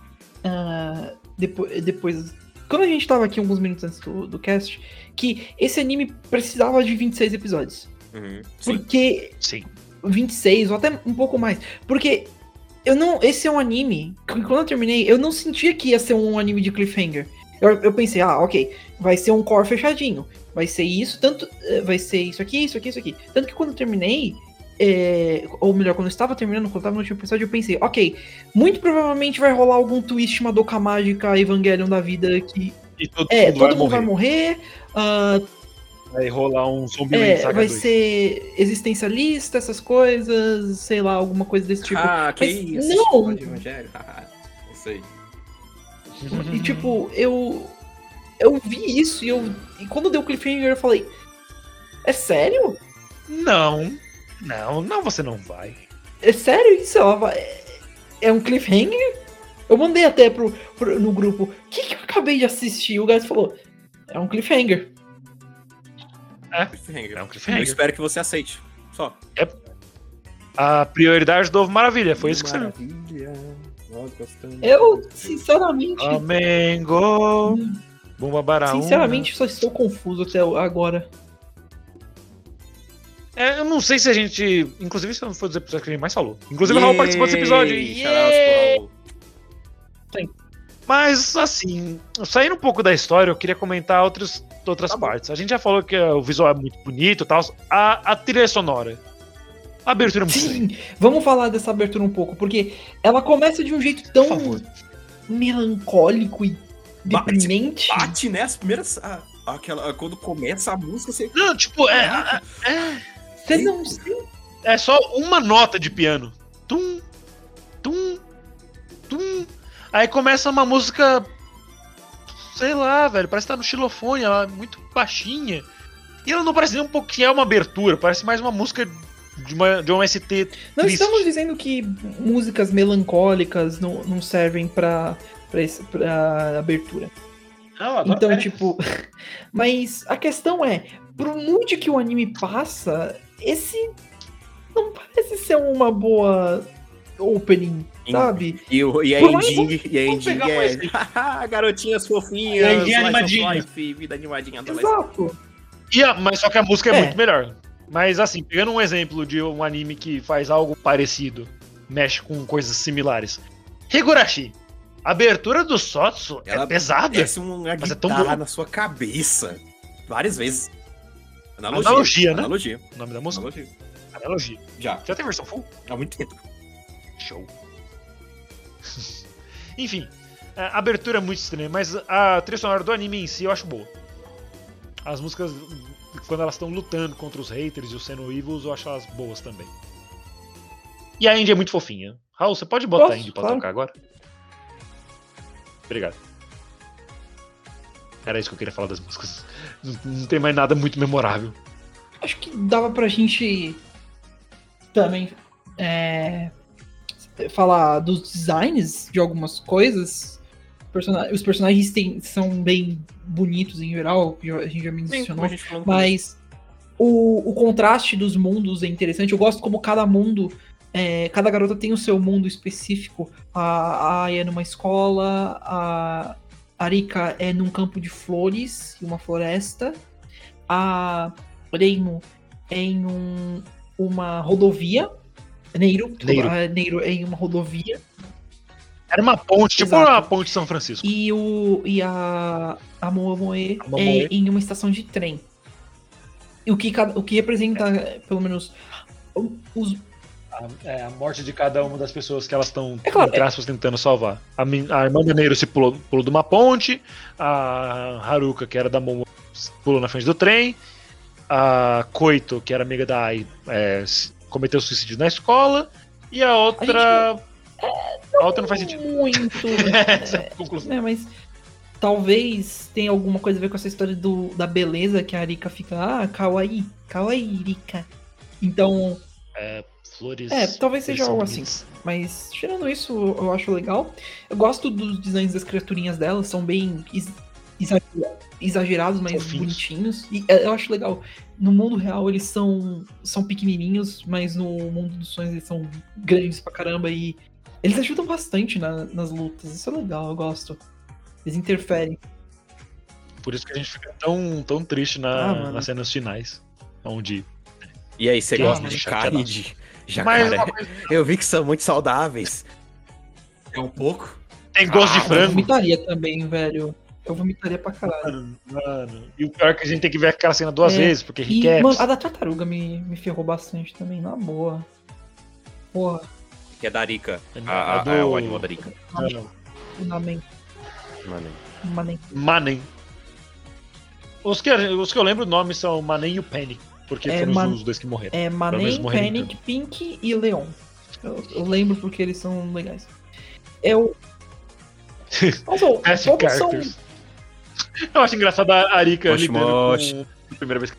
depois. Quando a gente tava aqui alguns minutos antes do cast, que esse anime precisava de 26 episódios. Porque. Sim. 26 ou até um pouco mais. Porque esse é um anime que quando eu terminei, eu não sentia que ia ser um anime de cliffhanger. Eu pensei, ok, vai ser um core fechadinho. Vai ser isso, vai ser isso aqui. Tanto que quando eu terminei, ou melhor, quando eu estava terminando, quando eu estava no último episódio, eu pensei, ok, muito provavelmente vai rolar algum twist Madoka Mágica Evangelion da vida que... E todo mundo vai morrer. Vai rolar um Zombieland Saga vai 2. ser existencialista, essas coisas, sei lá, alguma coisa desse tipo. Que isso? Não! Não sei. E tipo, eu vi isso e quando deu o cliffhanger eu falei, é sério? Não, você não vai. É sério isso? É um cliffhanger? Eu mandei até no grupo, o que eu acabei de assistir? O Gás falou, é um cliffhanger. É um cliffhanger. Eu espero que você aceite. Só. A prioridade do Ovo Maravilha, foi isso que você viu. Nós gostamos. Eu, sinceramente... Flamengo. Bumba Baraúna. Sinceramente, só estou confuso até agora. Eu não sei se a gente... Inclusive, esse foi um dos episódios que a gente mais falou. Inclusive, o Raul participou desse episódio. Mas, assim, saindo um pouco da história, eu queria comentar outras partes. A gente já falou que o visual é muito bonito e tal. A trilha sonora. A abertura é muito Sim, vamos falar dessa abertura um pouco, porque ela começa de um jeito tão melancólico e deprimente. Bate, né? As primeiras... quando começa a música, você... Não, tipo, Você não... É só uma nota de piano. Tum, tum, tum. Aí começa uma música, sei lá, velho, parece que tá no xilofone, ela é muito baixinha. E ela não parece nem um pouco que é uma abertura, parece mais uma música de um ST triste. Não estamos dizendo que músicas melancólicas não servem pra abertura. Então, tipo... Mas a questão é, pro mood que o anime passa, esse não parece ser uma boa... opening, sabe? E a ending é garotinhas fofinhas, animadinha. Vida animadinha. Exato. Mas só que a música é muito melhor. Mas assim, pegando um exemplo de um anime que faz algo parecido, mexe com coisas similares. Higurashi. A abertura do Sotsu é pesada. Parece uma guitarra na sua cabeça. Várias vezes. Analogia, né? Analogia. O nome da música? Analogia. Já tem versão full? Há muito tempo. Show. Enfim, a abertura é muito estranha, mas a trilha sonora do anime em si eu acho boa. As músicas, quando elas estão lutando contra os haters e os Seno Evils, eu acho elas boas também. E a Indy é muito fofinha. Raul, você pode botar a Indy pra tocar agora? Obrigado. Era isso que eu queria falar das músicas. Não tem mais nada muito memorável. Acho que dava pra gente também falar dos designs de algumas coisas. Os personagens são bem bonitos em geral, a gente já mencionou, mas o contraste dos mundos é interessante. Eu gosto como cada mundo, cada garota tem o seu mundo específico. A Aya é numa escola, a Arika é num campo de flores e uma floresta, a Reimo é em uma rodovia, Neiro é em uma rodovia. Era uma ponte, tipo uma ponte de São Francisco. E a Momoe é em uma estação de trem. E o que representa, pelo menos, a morte de cada uma das pessoas que elas estão, entre aspas, tentando salvar. A irmã da Neiro se pulou de uma ponte, a Haruka, que era da Momo, pulou na frente do trem, a Koito, que era amiga da Ai, cometeu suicídio na escola, e a outra... A outra não faz sentido. Muito. Mas talvez tenha alguma coisa a ver com essa história da beleza, que a Arika fica, kawaii, Rika. Então... Flores... talvez seja algo assim. Mas, tirando isso, eu acho legal. Eu gosto dos designs das criaturinhas dela, são bem exagerados, mas bonitinhos. E eu acho legal. No mundo real, eles são pequenininhos, mas no mundo dos sonhos eles são grandes pra caramba. E eles ajudam bastante nas lutas. Isso é legal, eu gosto. Eles interferem. Por isso que a gente fica tão triste nas cenas finais. Onde... E aí, você gosta de carne de jacaré? Eu vi que são muito saudáveis. É um pouco. Tem gosto de frango. Eu vomitaria também, velho. Eu vomitaria pra caralho. Mano. E o pior é que a gente tem que ver aquela cena 2 vezes, porque requer. Mano, a da tartaruga me ferrou bastante também, na boa. Porra. Que é da Arika. O animal da Arika. Manen. Os que eu lembro o nome são Manen e o Panic. Porque foram os 2 que morreram. É Manen, Panic, Pink e Leon. Eu lembro porque eles são legais. Todos são... Eu acho engraçado a Arika lidando com a primeira vez.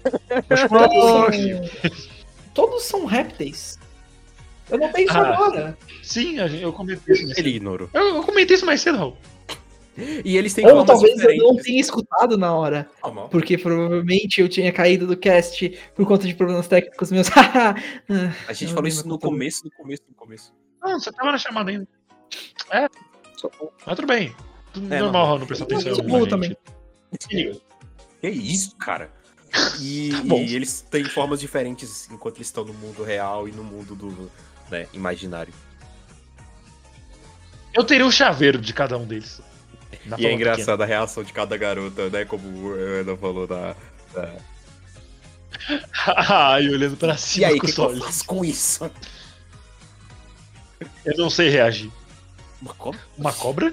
Todos são répteis. Eu não penso agora. Sim, eu comentei isso. Ele ignorou. Eu comentei isso mais cedo, Raul. E eles têm Ou talvez diferentes. Eu não tenha escutado na hora. Porque provavelmente eu tinha caído do cast por conta de problemas técnicos meus. A gente falou isso no começo. Não, você tava na chamada ainda. Mas tudo bem. Normal, Raul, não prestou atenção. Eu também. Que isso, cara? E eles têm formas diferentes enquanto eles estão no mundo real e no mundo do imaginário. Eu teria um chaveiro de cada um deles. E é engraçado a reação de cada garota, né? Como o Ana falou da... E olhando pra cima. E aí, o que eu faço com isso? Eu não sei reagir. Uma cobra? Uma cobra?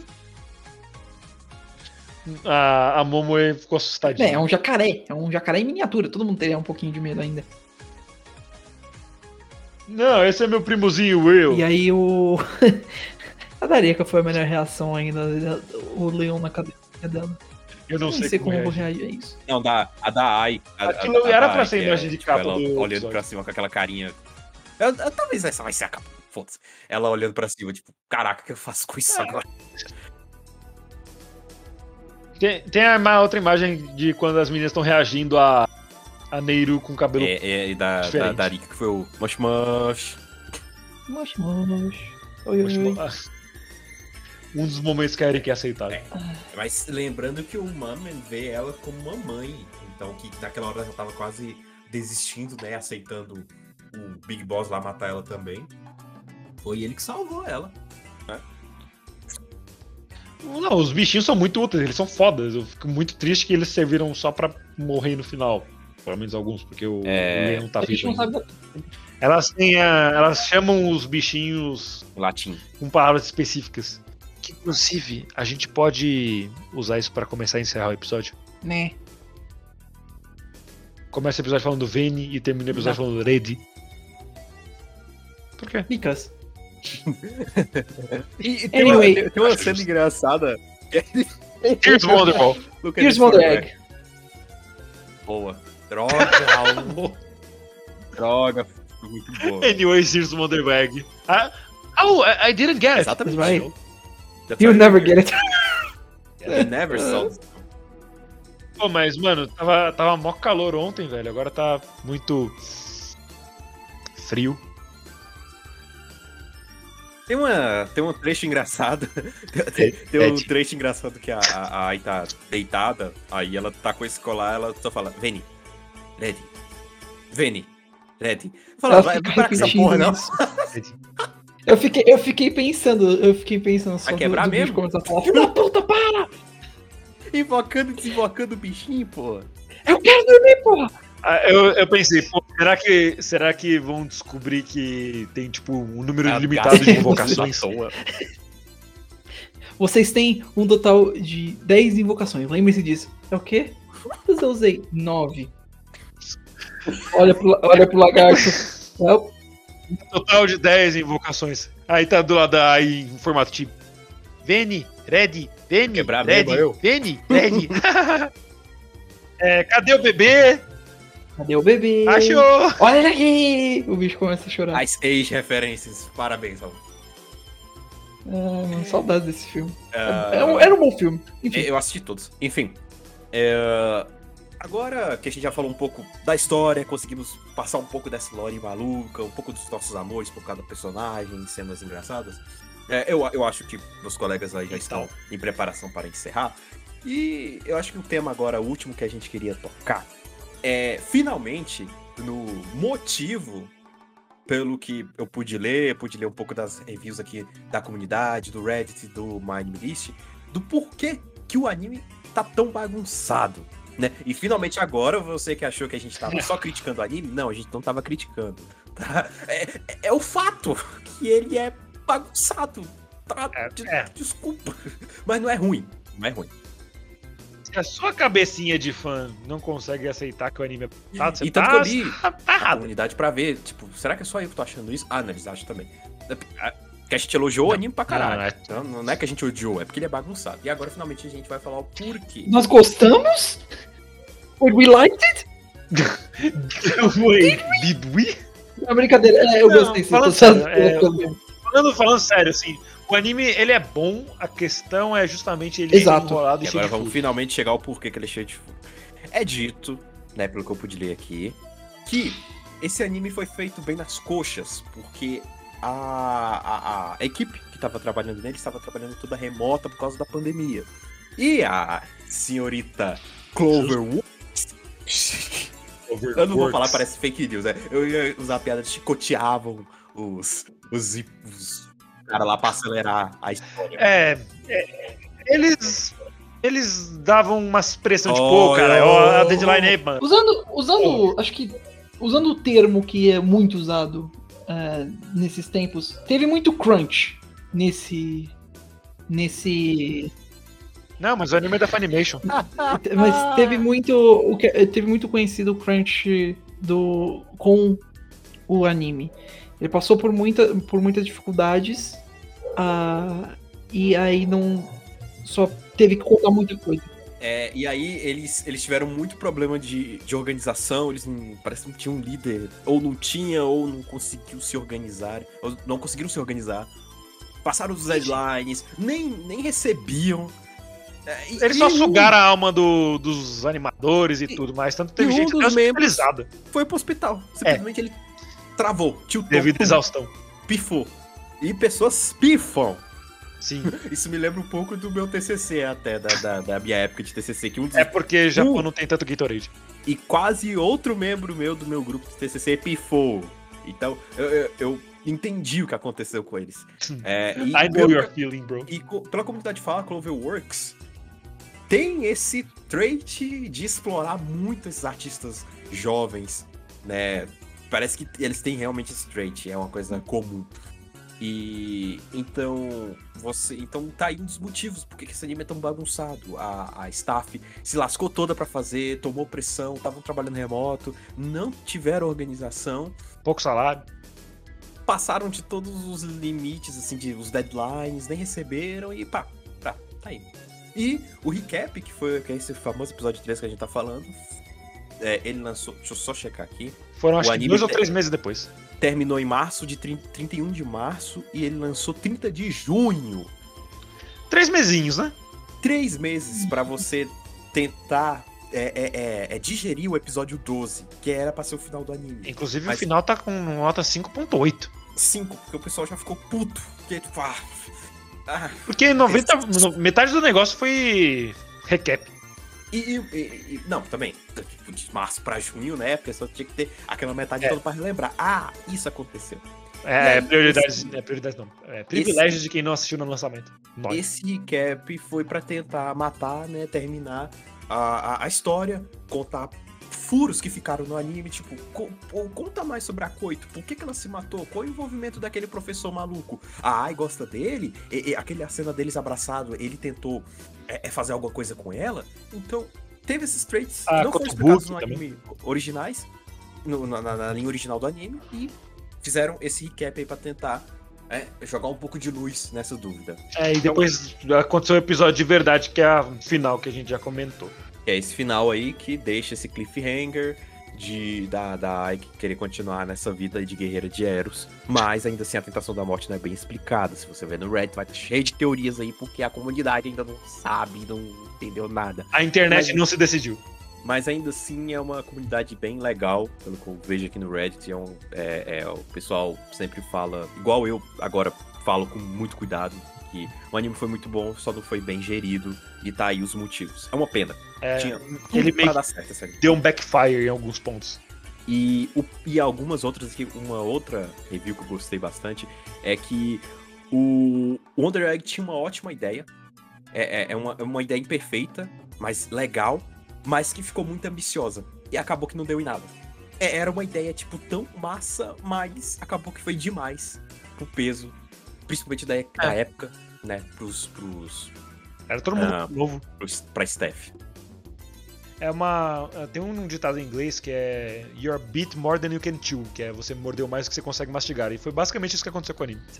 A Momoe ficou assustadinha. É um jacaré. É um jacaré em miniatura. Todo mundo teria um pouquinho de medo ainda. Não, esse é meu primozinho, Will. E aí a Darika foi a melhor reação ainda. O leão na cabeça dela. Eu não sei como eu vou reagir a isso. Não, a da Ai. Aquilo era pra ser imagem de capa ela do olhando episódio. pra cima com aquela carinha. Talvez essa vai ser a capa. Foda-se. Ela olhando pra cima, tipo, caraca, o que eu faço com isso agora? Tem a outra imagem de quando as meninas estão reagindo a Neiru com cabelo e da Arika, que foi o Mosh. Oi. Um dos momentos que a Erika é aceitável. Mas lembrando que o Mamen vê ela como uma mãe. Então, que naquela hora ela tava quase desistindo, né? Aceitando o Big Boss lá matar ela também. Foi ele que salvou ela. Né? Não, os bichinhos são muito úteis, eles são fodas. Eu fico muito triste que eles serviram só pra morrer no final. Pelo menos alguns, porque o leão tá vivo. Elas chamam os bichinhos latim com palavras específicas. Que, inclusive, a gente pode usar isso pra começar a encerrar o episódio. Né? Começa o episódio falando Veni e termina o episódio falando Ready. Por quê? Because. Tem uma cena engraçada. Here's Wonderful. Here's Wonder Egg. Boa. Droga, Droga. Muito boa. Anyways, here's Wonder Egg. I didn't get it. Exatamente. Right. You'll never get it. You never saw. Pô, mas, mano, tava mó calor ontem, velho. Agora tá muito frio. Tem um trecho engraçado. Tem um trecho engraçado que a Ai tá deitada, aí ela tá com esse colar, ela só fala, Veni, ready. Veni, ready. Fala, vai parar com essa porra, não. Eu fiquei pensando só. Vai quebrar mesmo? Começar a falar, filho da puta, para! Desembocando o bichinho, pô. Eu quero dormir, porra! Eu pensei, pô, será que vão descobrir que tem, tipo, um número limitado de invocações? Vocês têm um total de 10 invocações, lembre-se disso. É o quê? Quantas eu usei? 9. Olha pro lagarto. Total de 10 invocações. Aí tá do lado aí em formato tipo. Veni, ready, Veni, Quebrar ready, mesmo, eu. Veni, ready. Cadê o bebê? Cadê o bebê? Achou! Olha ele aqui! O bicho começa a chorar. As Age referências. Parabéns, Raul. Saudades desse filme. Era um bom filme. Enfim. Eu assisti todos. Enfim. Agora que a gente já falou um pouco da história, conseguimos passar um pouco dessa lore maluca, um pouco dos nossos amores por cada personagem, cenas engraçadas. Eu acho que meus colegas aí já estão em preparação para encerrar. E eu acho que o tema agora, o último que a gente queria tocar, é finalmente no motivo pelo que eu pude ler um pouco das reviews aqui da comunidade, do Reddit, do MyAnimeList, do porquê que o anime tá tão bagunçado, né? E finalmente agora, você que achou que a gente tava só criticando o anime, não, a gente não tava criticando, tá? É o fato que ele é bagunçado, tá? Desculpa, mas não é ruim, Se a sua cabecinha de fã não consegue aceitar que o anime é bagunçado, você tanto que eu li tá a errado. comunidade pra ver, tipo, será que é só eu que tô achando isso? Ah, não, eles acham também. Que a gente elogiou o anime pra caralho. Não é que a gente odiou, é porque ele é bagunçado. E agora, finalmente, a gente vai falar o porquê. Nós gostamos? We liked it? Wait, did we? É brincadeira, eu gostei. Falando sério, assim, o anime, ele é bom, a questão é justamente ele enrolado e cheio agora de vamos furo. finalmente chegar ao porquê que ele é cheio de furo. É dito, né, pelo que eu pude ler aqui, que esse anime foi feito bem nas coxas, porque a equipe que estava trabalhando nele estava trabalhando toda remota por causa da pandemia. E a senhorita Cloverworks... Eu não vou falar, parece fake news, né? Eu ia usar a piada de chicoteavam os caras lá pra acelerar a história. Eles davam umas pressão de pô, cara, a deadline aí, mano. Usando o termo que é muito usado nesses tempos, teve muito crunch nesse... Não, mas o anime é da Funimation. Mas teve muito conhecido o crunch com o anime. Ele passou por muitas dificuldades e aí não só teve que contar muita coisa. E aí eles tiveram muito problema de organização, eles parece que não tinham um líder, ou não conseguiram se organizar, passaram os deadlines, nem recebiam. Eles só sugaram a alma dos animadores e tudo mais, tanto teve gente hospitalizada. Foi pro hospital, simplesmente ele travou, tiltou. Devido à exaustão. Pifou. E pessoas pifam. Sim. Isso me lembra um pouco do meu TCC até, da minha época de TCC. Que porque Japão não tem tanto Gatorade. E quase outro membro do meu grupo de TCC pifou. Então, eu entendi o que aconteceu com eles. I know your feeling, bro. E pela comunidade fala, Cloverworks tem esse trait de explorar muito esses artistas jovens, né? Parece que eles têm realmente esse trait, é uma coisa comum. E então tá aí um dos motivos porque esse anime é tão bagunçado. A staff se lascou toda pra fazer, tomou pressão, estavam trabalhando remoto, não tiveram organização, pouco salário, passaram de todos os limites, assim, os deadlines, nem receberam e tá aí. E o recap, que é esse famoso episódio 3 que a gente tá falando, ele lançou, deixa eu só checar aqui. Foram acho que 2 ou 3 meses depois. Terminou em março, de 31 de março, e ele lançou 30 de junho. 3 mesinhos, né? 3 meses pra você tentar digerir o episódio 12, que era pra ser o final do anime. Inclusive o final tá com nota 5.8. 5, porque o pessoal já ficou puto. Porque, tipo, porque metade do negócio foi recap. Não, também, de março pra junho, né? Porque só tinha que ter aquela metade toda pra relembrar. Isso aconteceu. Prioridades não. Privilégios de quem não assistiu no lançamento. Esse recap foi pra tentar matar, né? Terminar a história, contar furos que ficaram no anime, tipo, conta mais sobre a Koito, por que ela se matou, qual o envolvimento daquele professor maluco, a Ai gosta dele, a cena deles abraçado, ele tentou fazer alguma coisa com ela, então teve esses traits que não foram explicados no anime originais, na linha original do anime e fizeram esse recap aí pra tentar jogar um pouco de luz nessa dúvida. E depois aconteceu o episódio de verdade, que é a final que a gente já comentou. É esse final aí que deixa esse cliffhanger da Aiki querer continuar nessa vida de guerreira de Eros, mas ainda assim a tentação da morte não é bem explicada. Se você ver no Reddit, vai estar cheio de teorias aí, porque a comunidade ainda não sabe, não entendeu nada. A internet não se decidiu. Mas ainda assim é uma comunidade bem legal, pelo que eu vejo aqui no Reddit. O pessoal sempre fala, igual eu agora falo com muito cuidado, que o anime foi muito bom, só não foi bem gerido, e tá aí os motivos. É uma pena. Tinha ele meio dar certo, essa deu um backfire em alguns pontos. E algumas outras, uma outra review que eu gostei bastante é que o Wonder Egg tinha uma ótima ideia. É uma ideia imperfeita, mas legal, mas que ficou muito ambiciosa. E acabou que não deu em nada. Era uma ideia, tipo, tão massa, mas acabou que foi demais pro peso, principalmente da época, né, Era todo mundo novo. Pra Steph. Tem um ditado em inglês que é You're bit more than you can chew, que é você mordeu mais do que você consegue mastigar. E foi basicamente isso que aconteceu com o anime.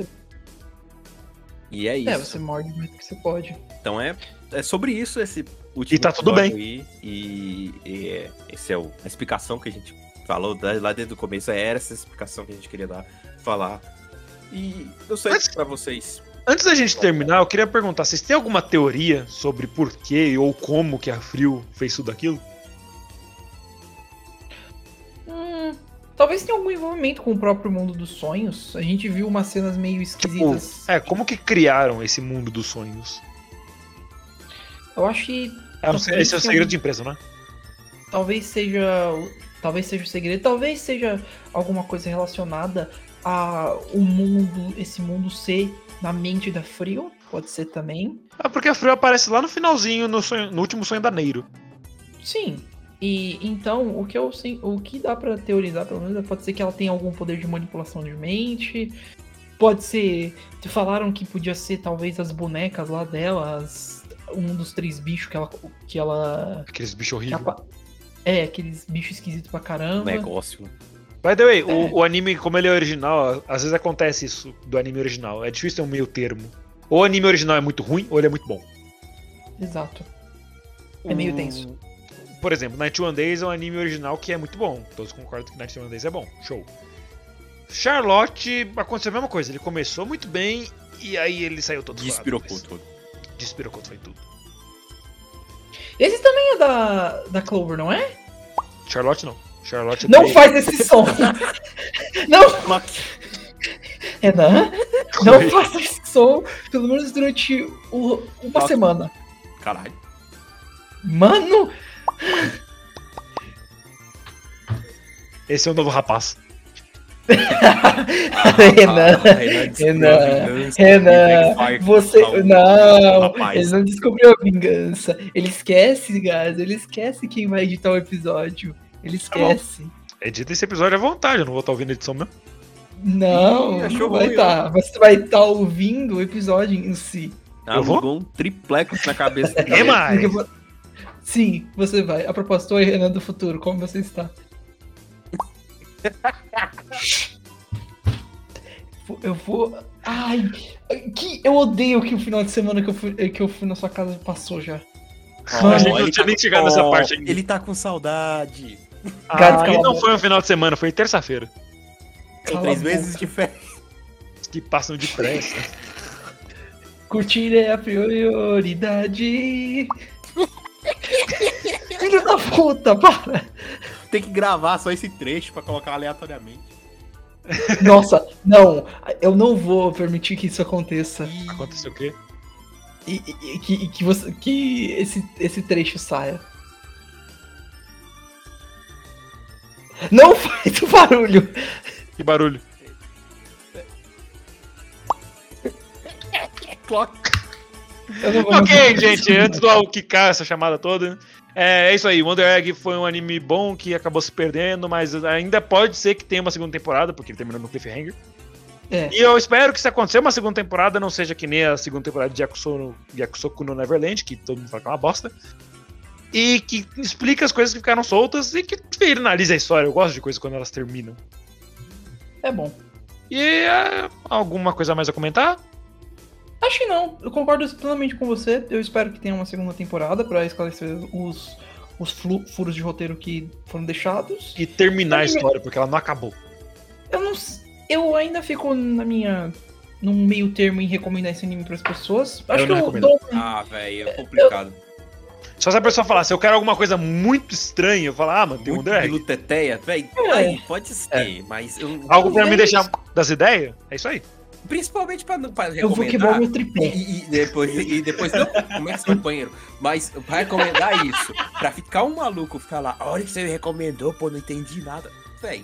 E é isso. Você morde mais do que você pode. Então é sobre isso esse último e tá tudo bem. Aí, e essa é a explicação que a gente falou lá desde o começo. Era essa explicação que a gente queria falar. E eu sei pra vocês. Antes da gente terminar, eu queria perguntar, vocês têm alguma teoria sobre por que ou como que a Frio fez tudo aquilo? Talvez tenha algum envolvimento com o próprio mundo dos sonhos. A gente viu umas cenas meio esquisitas. Como que criaram esse mundo dos sonhos? Eu acho que... esse é o segredo de empresa, né? Talvez seja o segredo. Talvez seja alguma coisa relacionada a esse mundo ser na mente da Frio. Pode ser também. Porque a Frio aparece lá no finalzinho, no último sonho da Neiro. Sim. E então, o que dá pra teorizar, pelo menos, pode ser que ela tenha algum poder de manipulação de mente. Pode ser... Falaram que podia ser, talvez, as bonecas lá dela, um dos 3 bichos que ela... Aqueles bichos horríveis. Aqueles bichos esquisitos pra caramba. Negócio. By the way, o anime, como ele é original, às vezes acontece isso do anime original. É difícil ter um meio termo. Ou o anime original é muito ruim, ou ele é muito bom. Exato. É meio tenso. Por exemplo, 91 Days é um anime original que é muito bom. Todos concordam que 91 Days é bom. Show. Charlotte, aconteceu a mesma coisa. Ele começou muito bem e aí ele saiu todo Despirocou tudo. Despirocou, foi tudo. Esse também é da Clover, não é? Charlotte não. Charlotte não faz esse som. Não. Renan, não faça esse som, pelo menos durante uma semana. Caralho. Mano! Esse é o novo rapaz. Renan, você... Não, ele não descobriu a vingança. Ele esquece, guys, ele esquece quem vai editar o episódio. Ele esquece. Edita esse episódio à vontade, eu não vou estar ouvindo a edição mesmo. Não vai estar. Você vai estar ouvindo o episódio em si. Eu vou um triplex na cabeça. É mais. Sim, você vai. A propósito, oi, Renan do futuro, como você está? Eu vou... Ai, eu odeio que o final de semana que eu fui na sua casa passou já. A gente não tinha nem chegado nessa parte ainda. Ele tá com saudade. E não foi um final de semana, foi terça-feira. São 3 meses de férias. Que passam depressa. Curtir é a prioridade. Filho da puta, para. Tem que gravar só esse trecho pra colocar aleatoriamente. Nossa, não. Eu não vou permitir que isso aconteça. Aconteceu o quê? Que esse trecho saia. Não faz o barulho. Que barulho? Ok, gente, antes do Al quicar essa chamada toda, é isso aí. Wonder Egg foi um anime bom que acabou se perdendo, mas ainda pode ser que tenha uma segunda temporada, porque ele terminou no cliffhanger. E eu espero que se acontecer uma segunda temporada, não seja que nem a segunda temporada de Yakusoku no Neverland, que todo mundo fala que é uma bosta. e que explica as coisas que ficaram soltas e que finaliza a história. Eu gosto de coisas quando elas terminam. É bom. E alguma coisa mais a comentar? Acho que não. Eu concordo plenamente com você. Eu espero que tenha uma segunda temporada pra esclarecer os furos de roteiro que foram deixados. E terminar a história, porque ela não acabou. Eu ainda fico num meio termo em recomendar esse anime pras pessoas. Acho que eu dou... velho, é complicado. Só se a pessoa falar, se eu quero alguma coisa muito estranha, eu falo, mano, tem um drag. Muito teteia, velho. Pode ser, mas... Algo pra me deixar das ideias? É isso aí. Principalmente pra recomendar. Eu vou quebrar meu tripé. E depois não, como é que você é banheiro? Mas pra recomendar isso, pra ficar um maluco ficar lá, a hora que você me recomendou, pô, não entendi nada. Véi,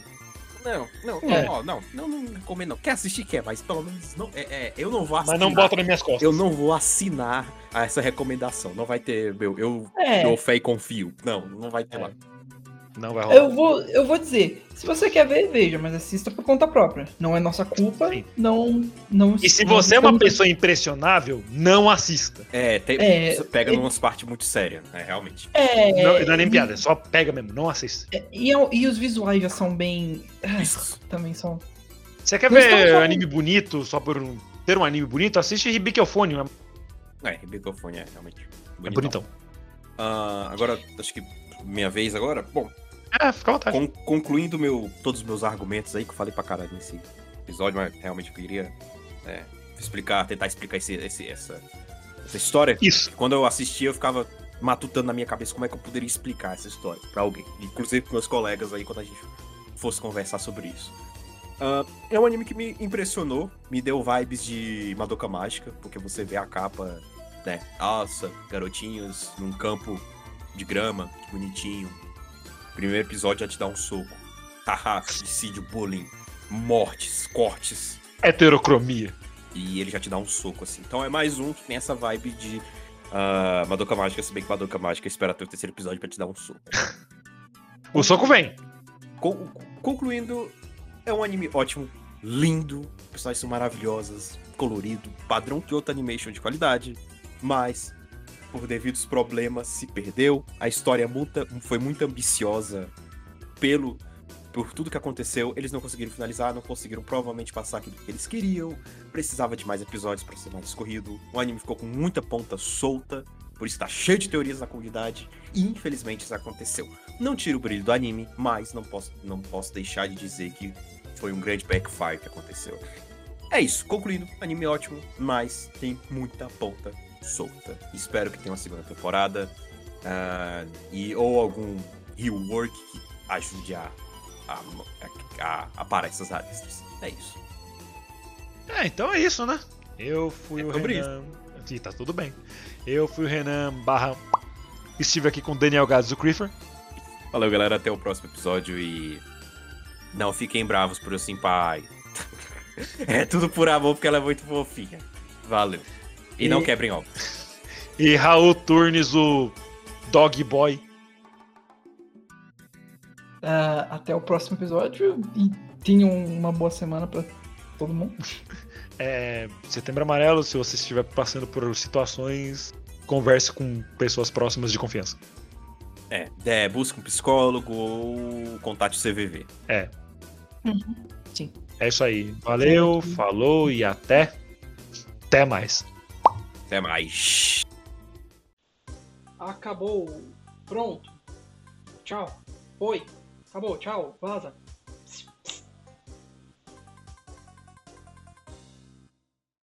não recomendo não. Quer assistir, quer, mas pelo menos não, eu não vou assinar. Mas não bota nas minhas costas. Eu não vou assinar a essa recomendação. Não vai ter, eu dou fé e confio. Não vai ter lá. Não vai rolar. Eu vou dizer, se você quer ver, veja, mas assista por conta própria. Não é nossa culpa, não. E se você é uma pessoa impressionável, não assista. Pega numas partes muito sérias, realmente. Não é nem piada, só pega mesmo, não assista. E os visuais já são bem. Também são. Você quer ver anime bonito, só por ter um anime bonito? Assiste Hibikofone. Hibikofone realmente bonitão. É bonitão. Agora, acho que minha vez agora. Bom. Fica à vontade. Concluindo todos os meus argumentos aí, que eu falei pra caralho nesse episódio, mas realmente eu queria tentar explicar essa história. Isso. Quando eu assistia, eu ficava matutando na minha cabeça como é que eu poderia explicar essa história pra alguém. Inclusive com meus colegas aí, quando a gente fosse conversar sobre isso. É um anime que me impressionou, me deu vibes de Madoka Mágica, porque você vê a capa, né? Nossa, garotinhos num campo de grama, que bonitinho. Primeiro episódio já te dá um soco. Haha, suicídio, bullying, mortes, cortes. Heterocromia. E ele já te dá um soco, assim. Então é mais um que tem essa vibe de Madoka Mágica, se bem que Madoka Mágica espera até o terceiro episódio pra te dar um soco. O soco vem. Concluindo, é um anime ótimo, lindo, personagens são maravilhosas, colorido, padrão de outra animation de qualidade, mas por devidos problemas se perdeu. A história foi muito ambiciosa por tudo que aconteceu. Eles não conseguiram finalizar, não conseguiram provavelmente passar aquilo que eles queriam. Precisava de mais episódios para ser mais escorrido. O anime ficou com muita ponta solta, por isso tá cheio de teorias na comunidade. E infelizmente isso aconteceu. Não tiro o brilho do anime, mas não posso deixar de dizer que foi um grande backfire que aconteceu. É isso, concluindo, anime ótimo, mas tem muita ponta solta. Espero que tenha uma segunda temporada ou algum rework que ajude a parar essas arestas. É isso. Então é isso, né? Eu fui o Renan. Sim, tá tudo bem. Eu fui o Renan / estive aqui com o Daniel Gades do Creeper. Valeu, galera, até o próximo episódio e não fiquem bravos por eu sim, pai. É tudo por amor, porque ela é muito fofinha. Valeu. E não quebrem ovos. E Raul Turnes, o Dog Boy. Até o próximo episódio e tenham uma boa semana pra todo mundo. Setembro Amarelo, se você estiver passando por situações, converse com pessoas próximas de confiança. Busque um psicólogo ou contate o CVV. Sim. É isso aí. Valeu, falou e até mais. Até mais. Acabou. Pronto. Tchau. Oi. Acabou. Tchau. Vaza.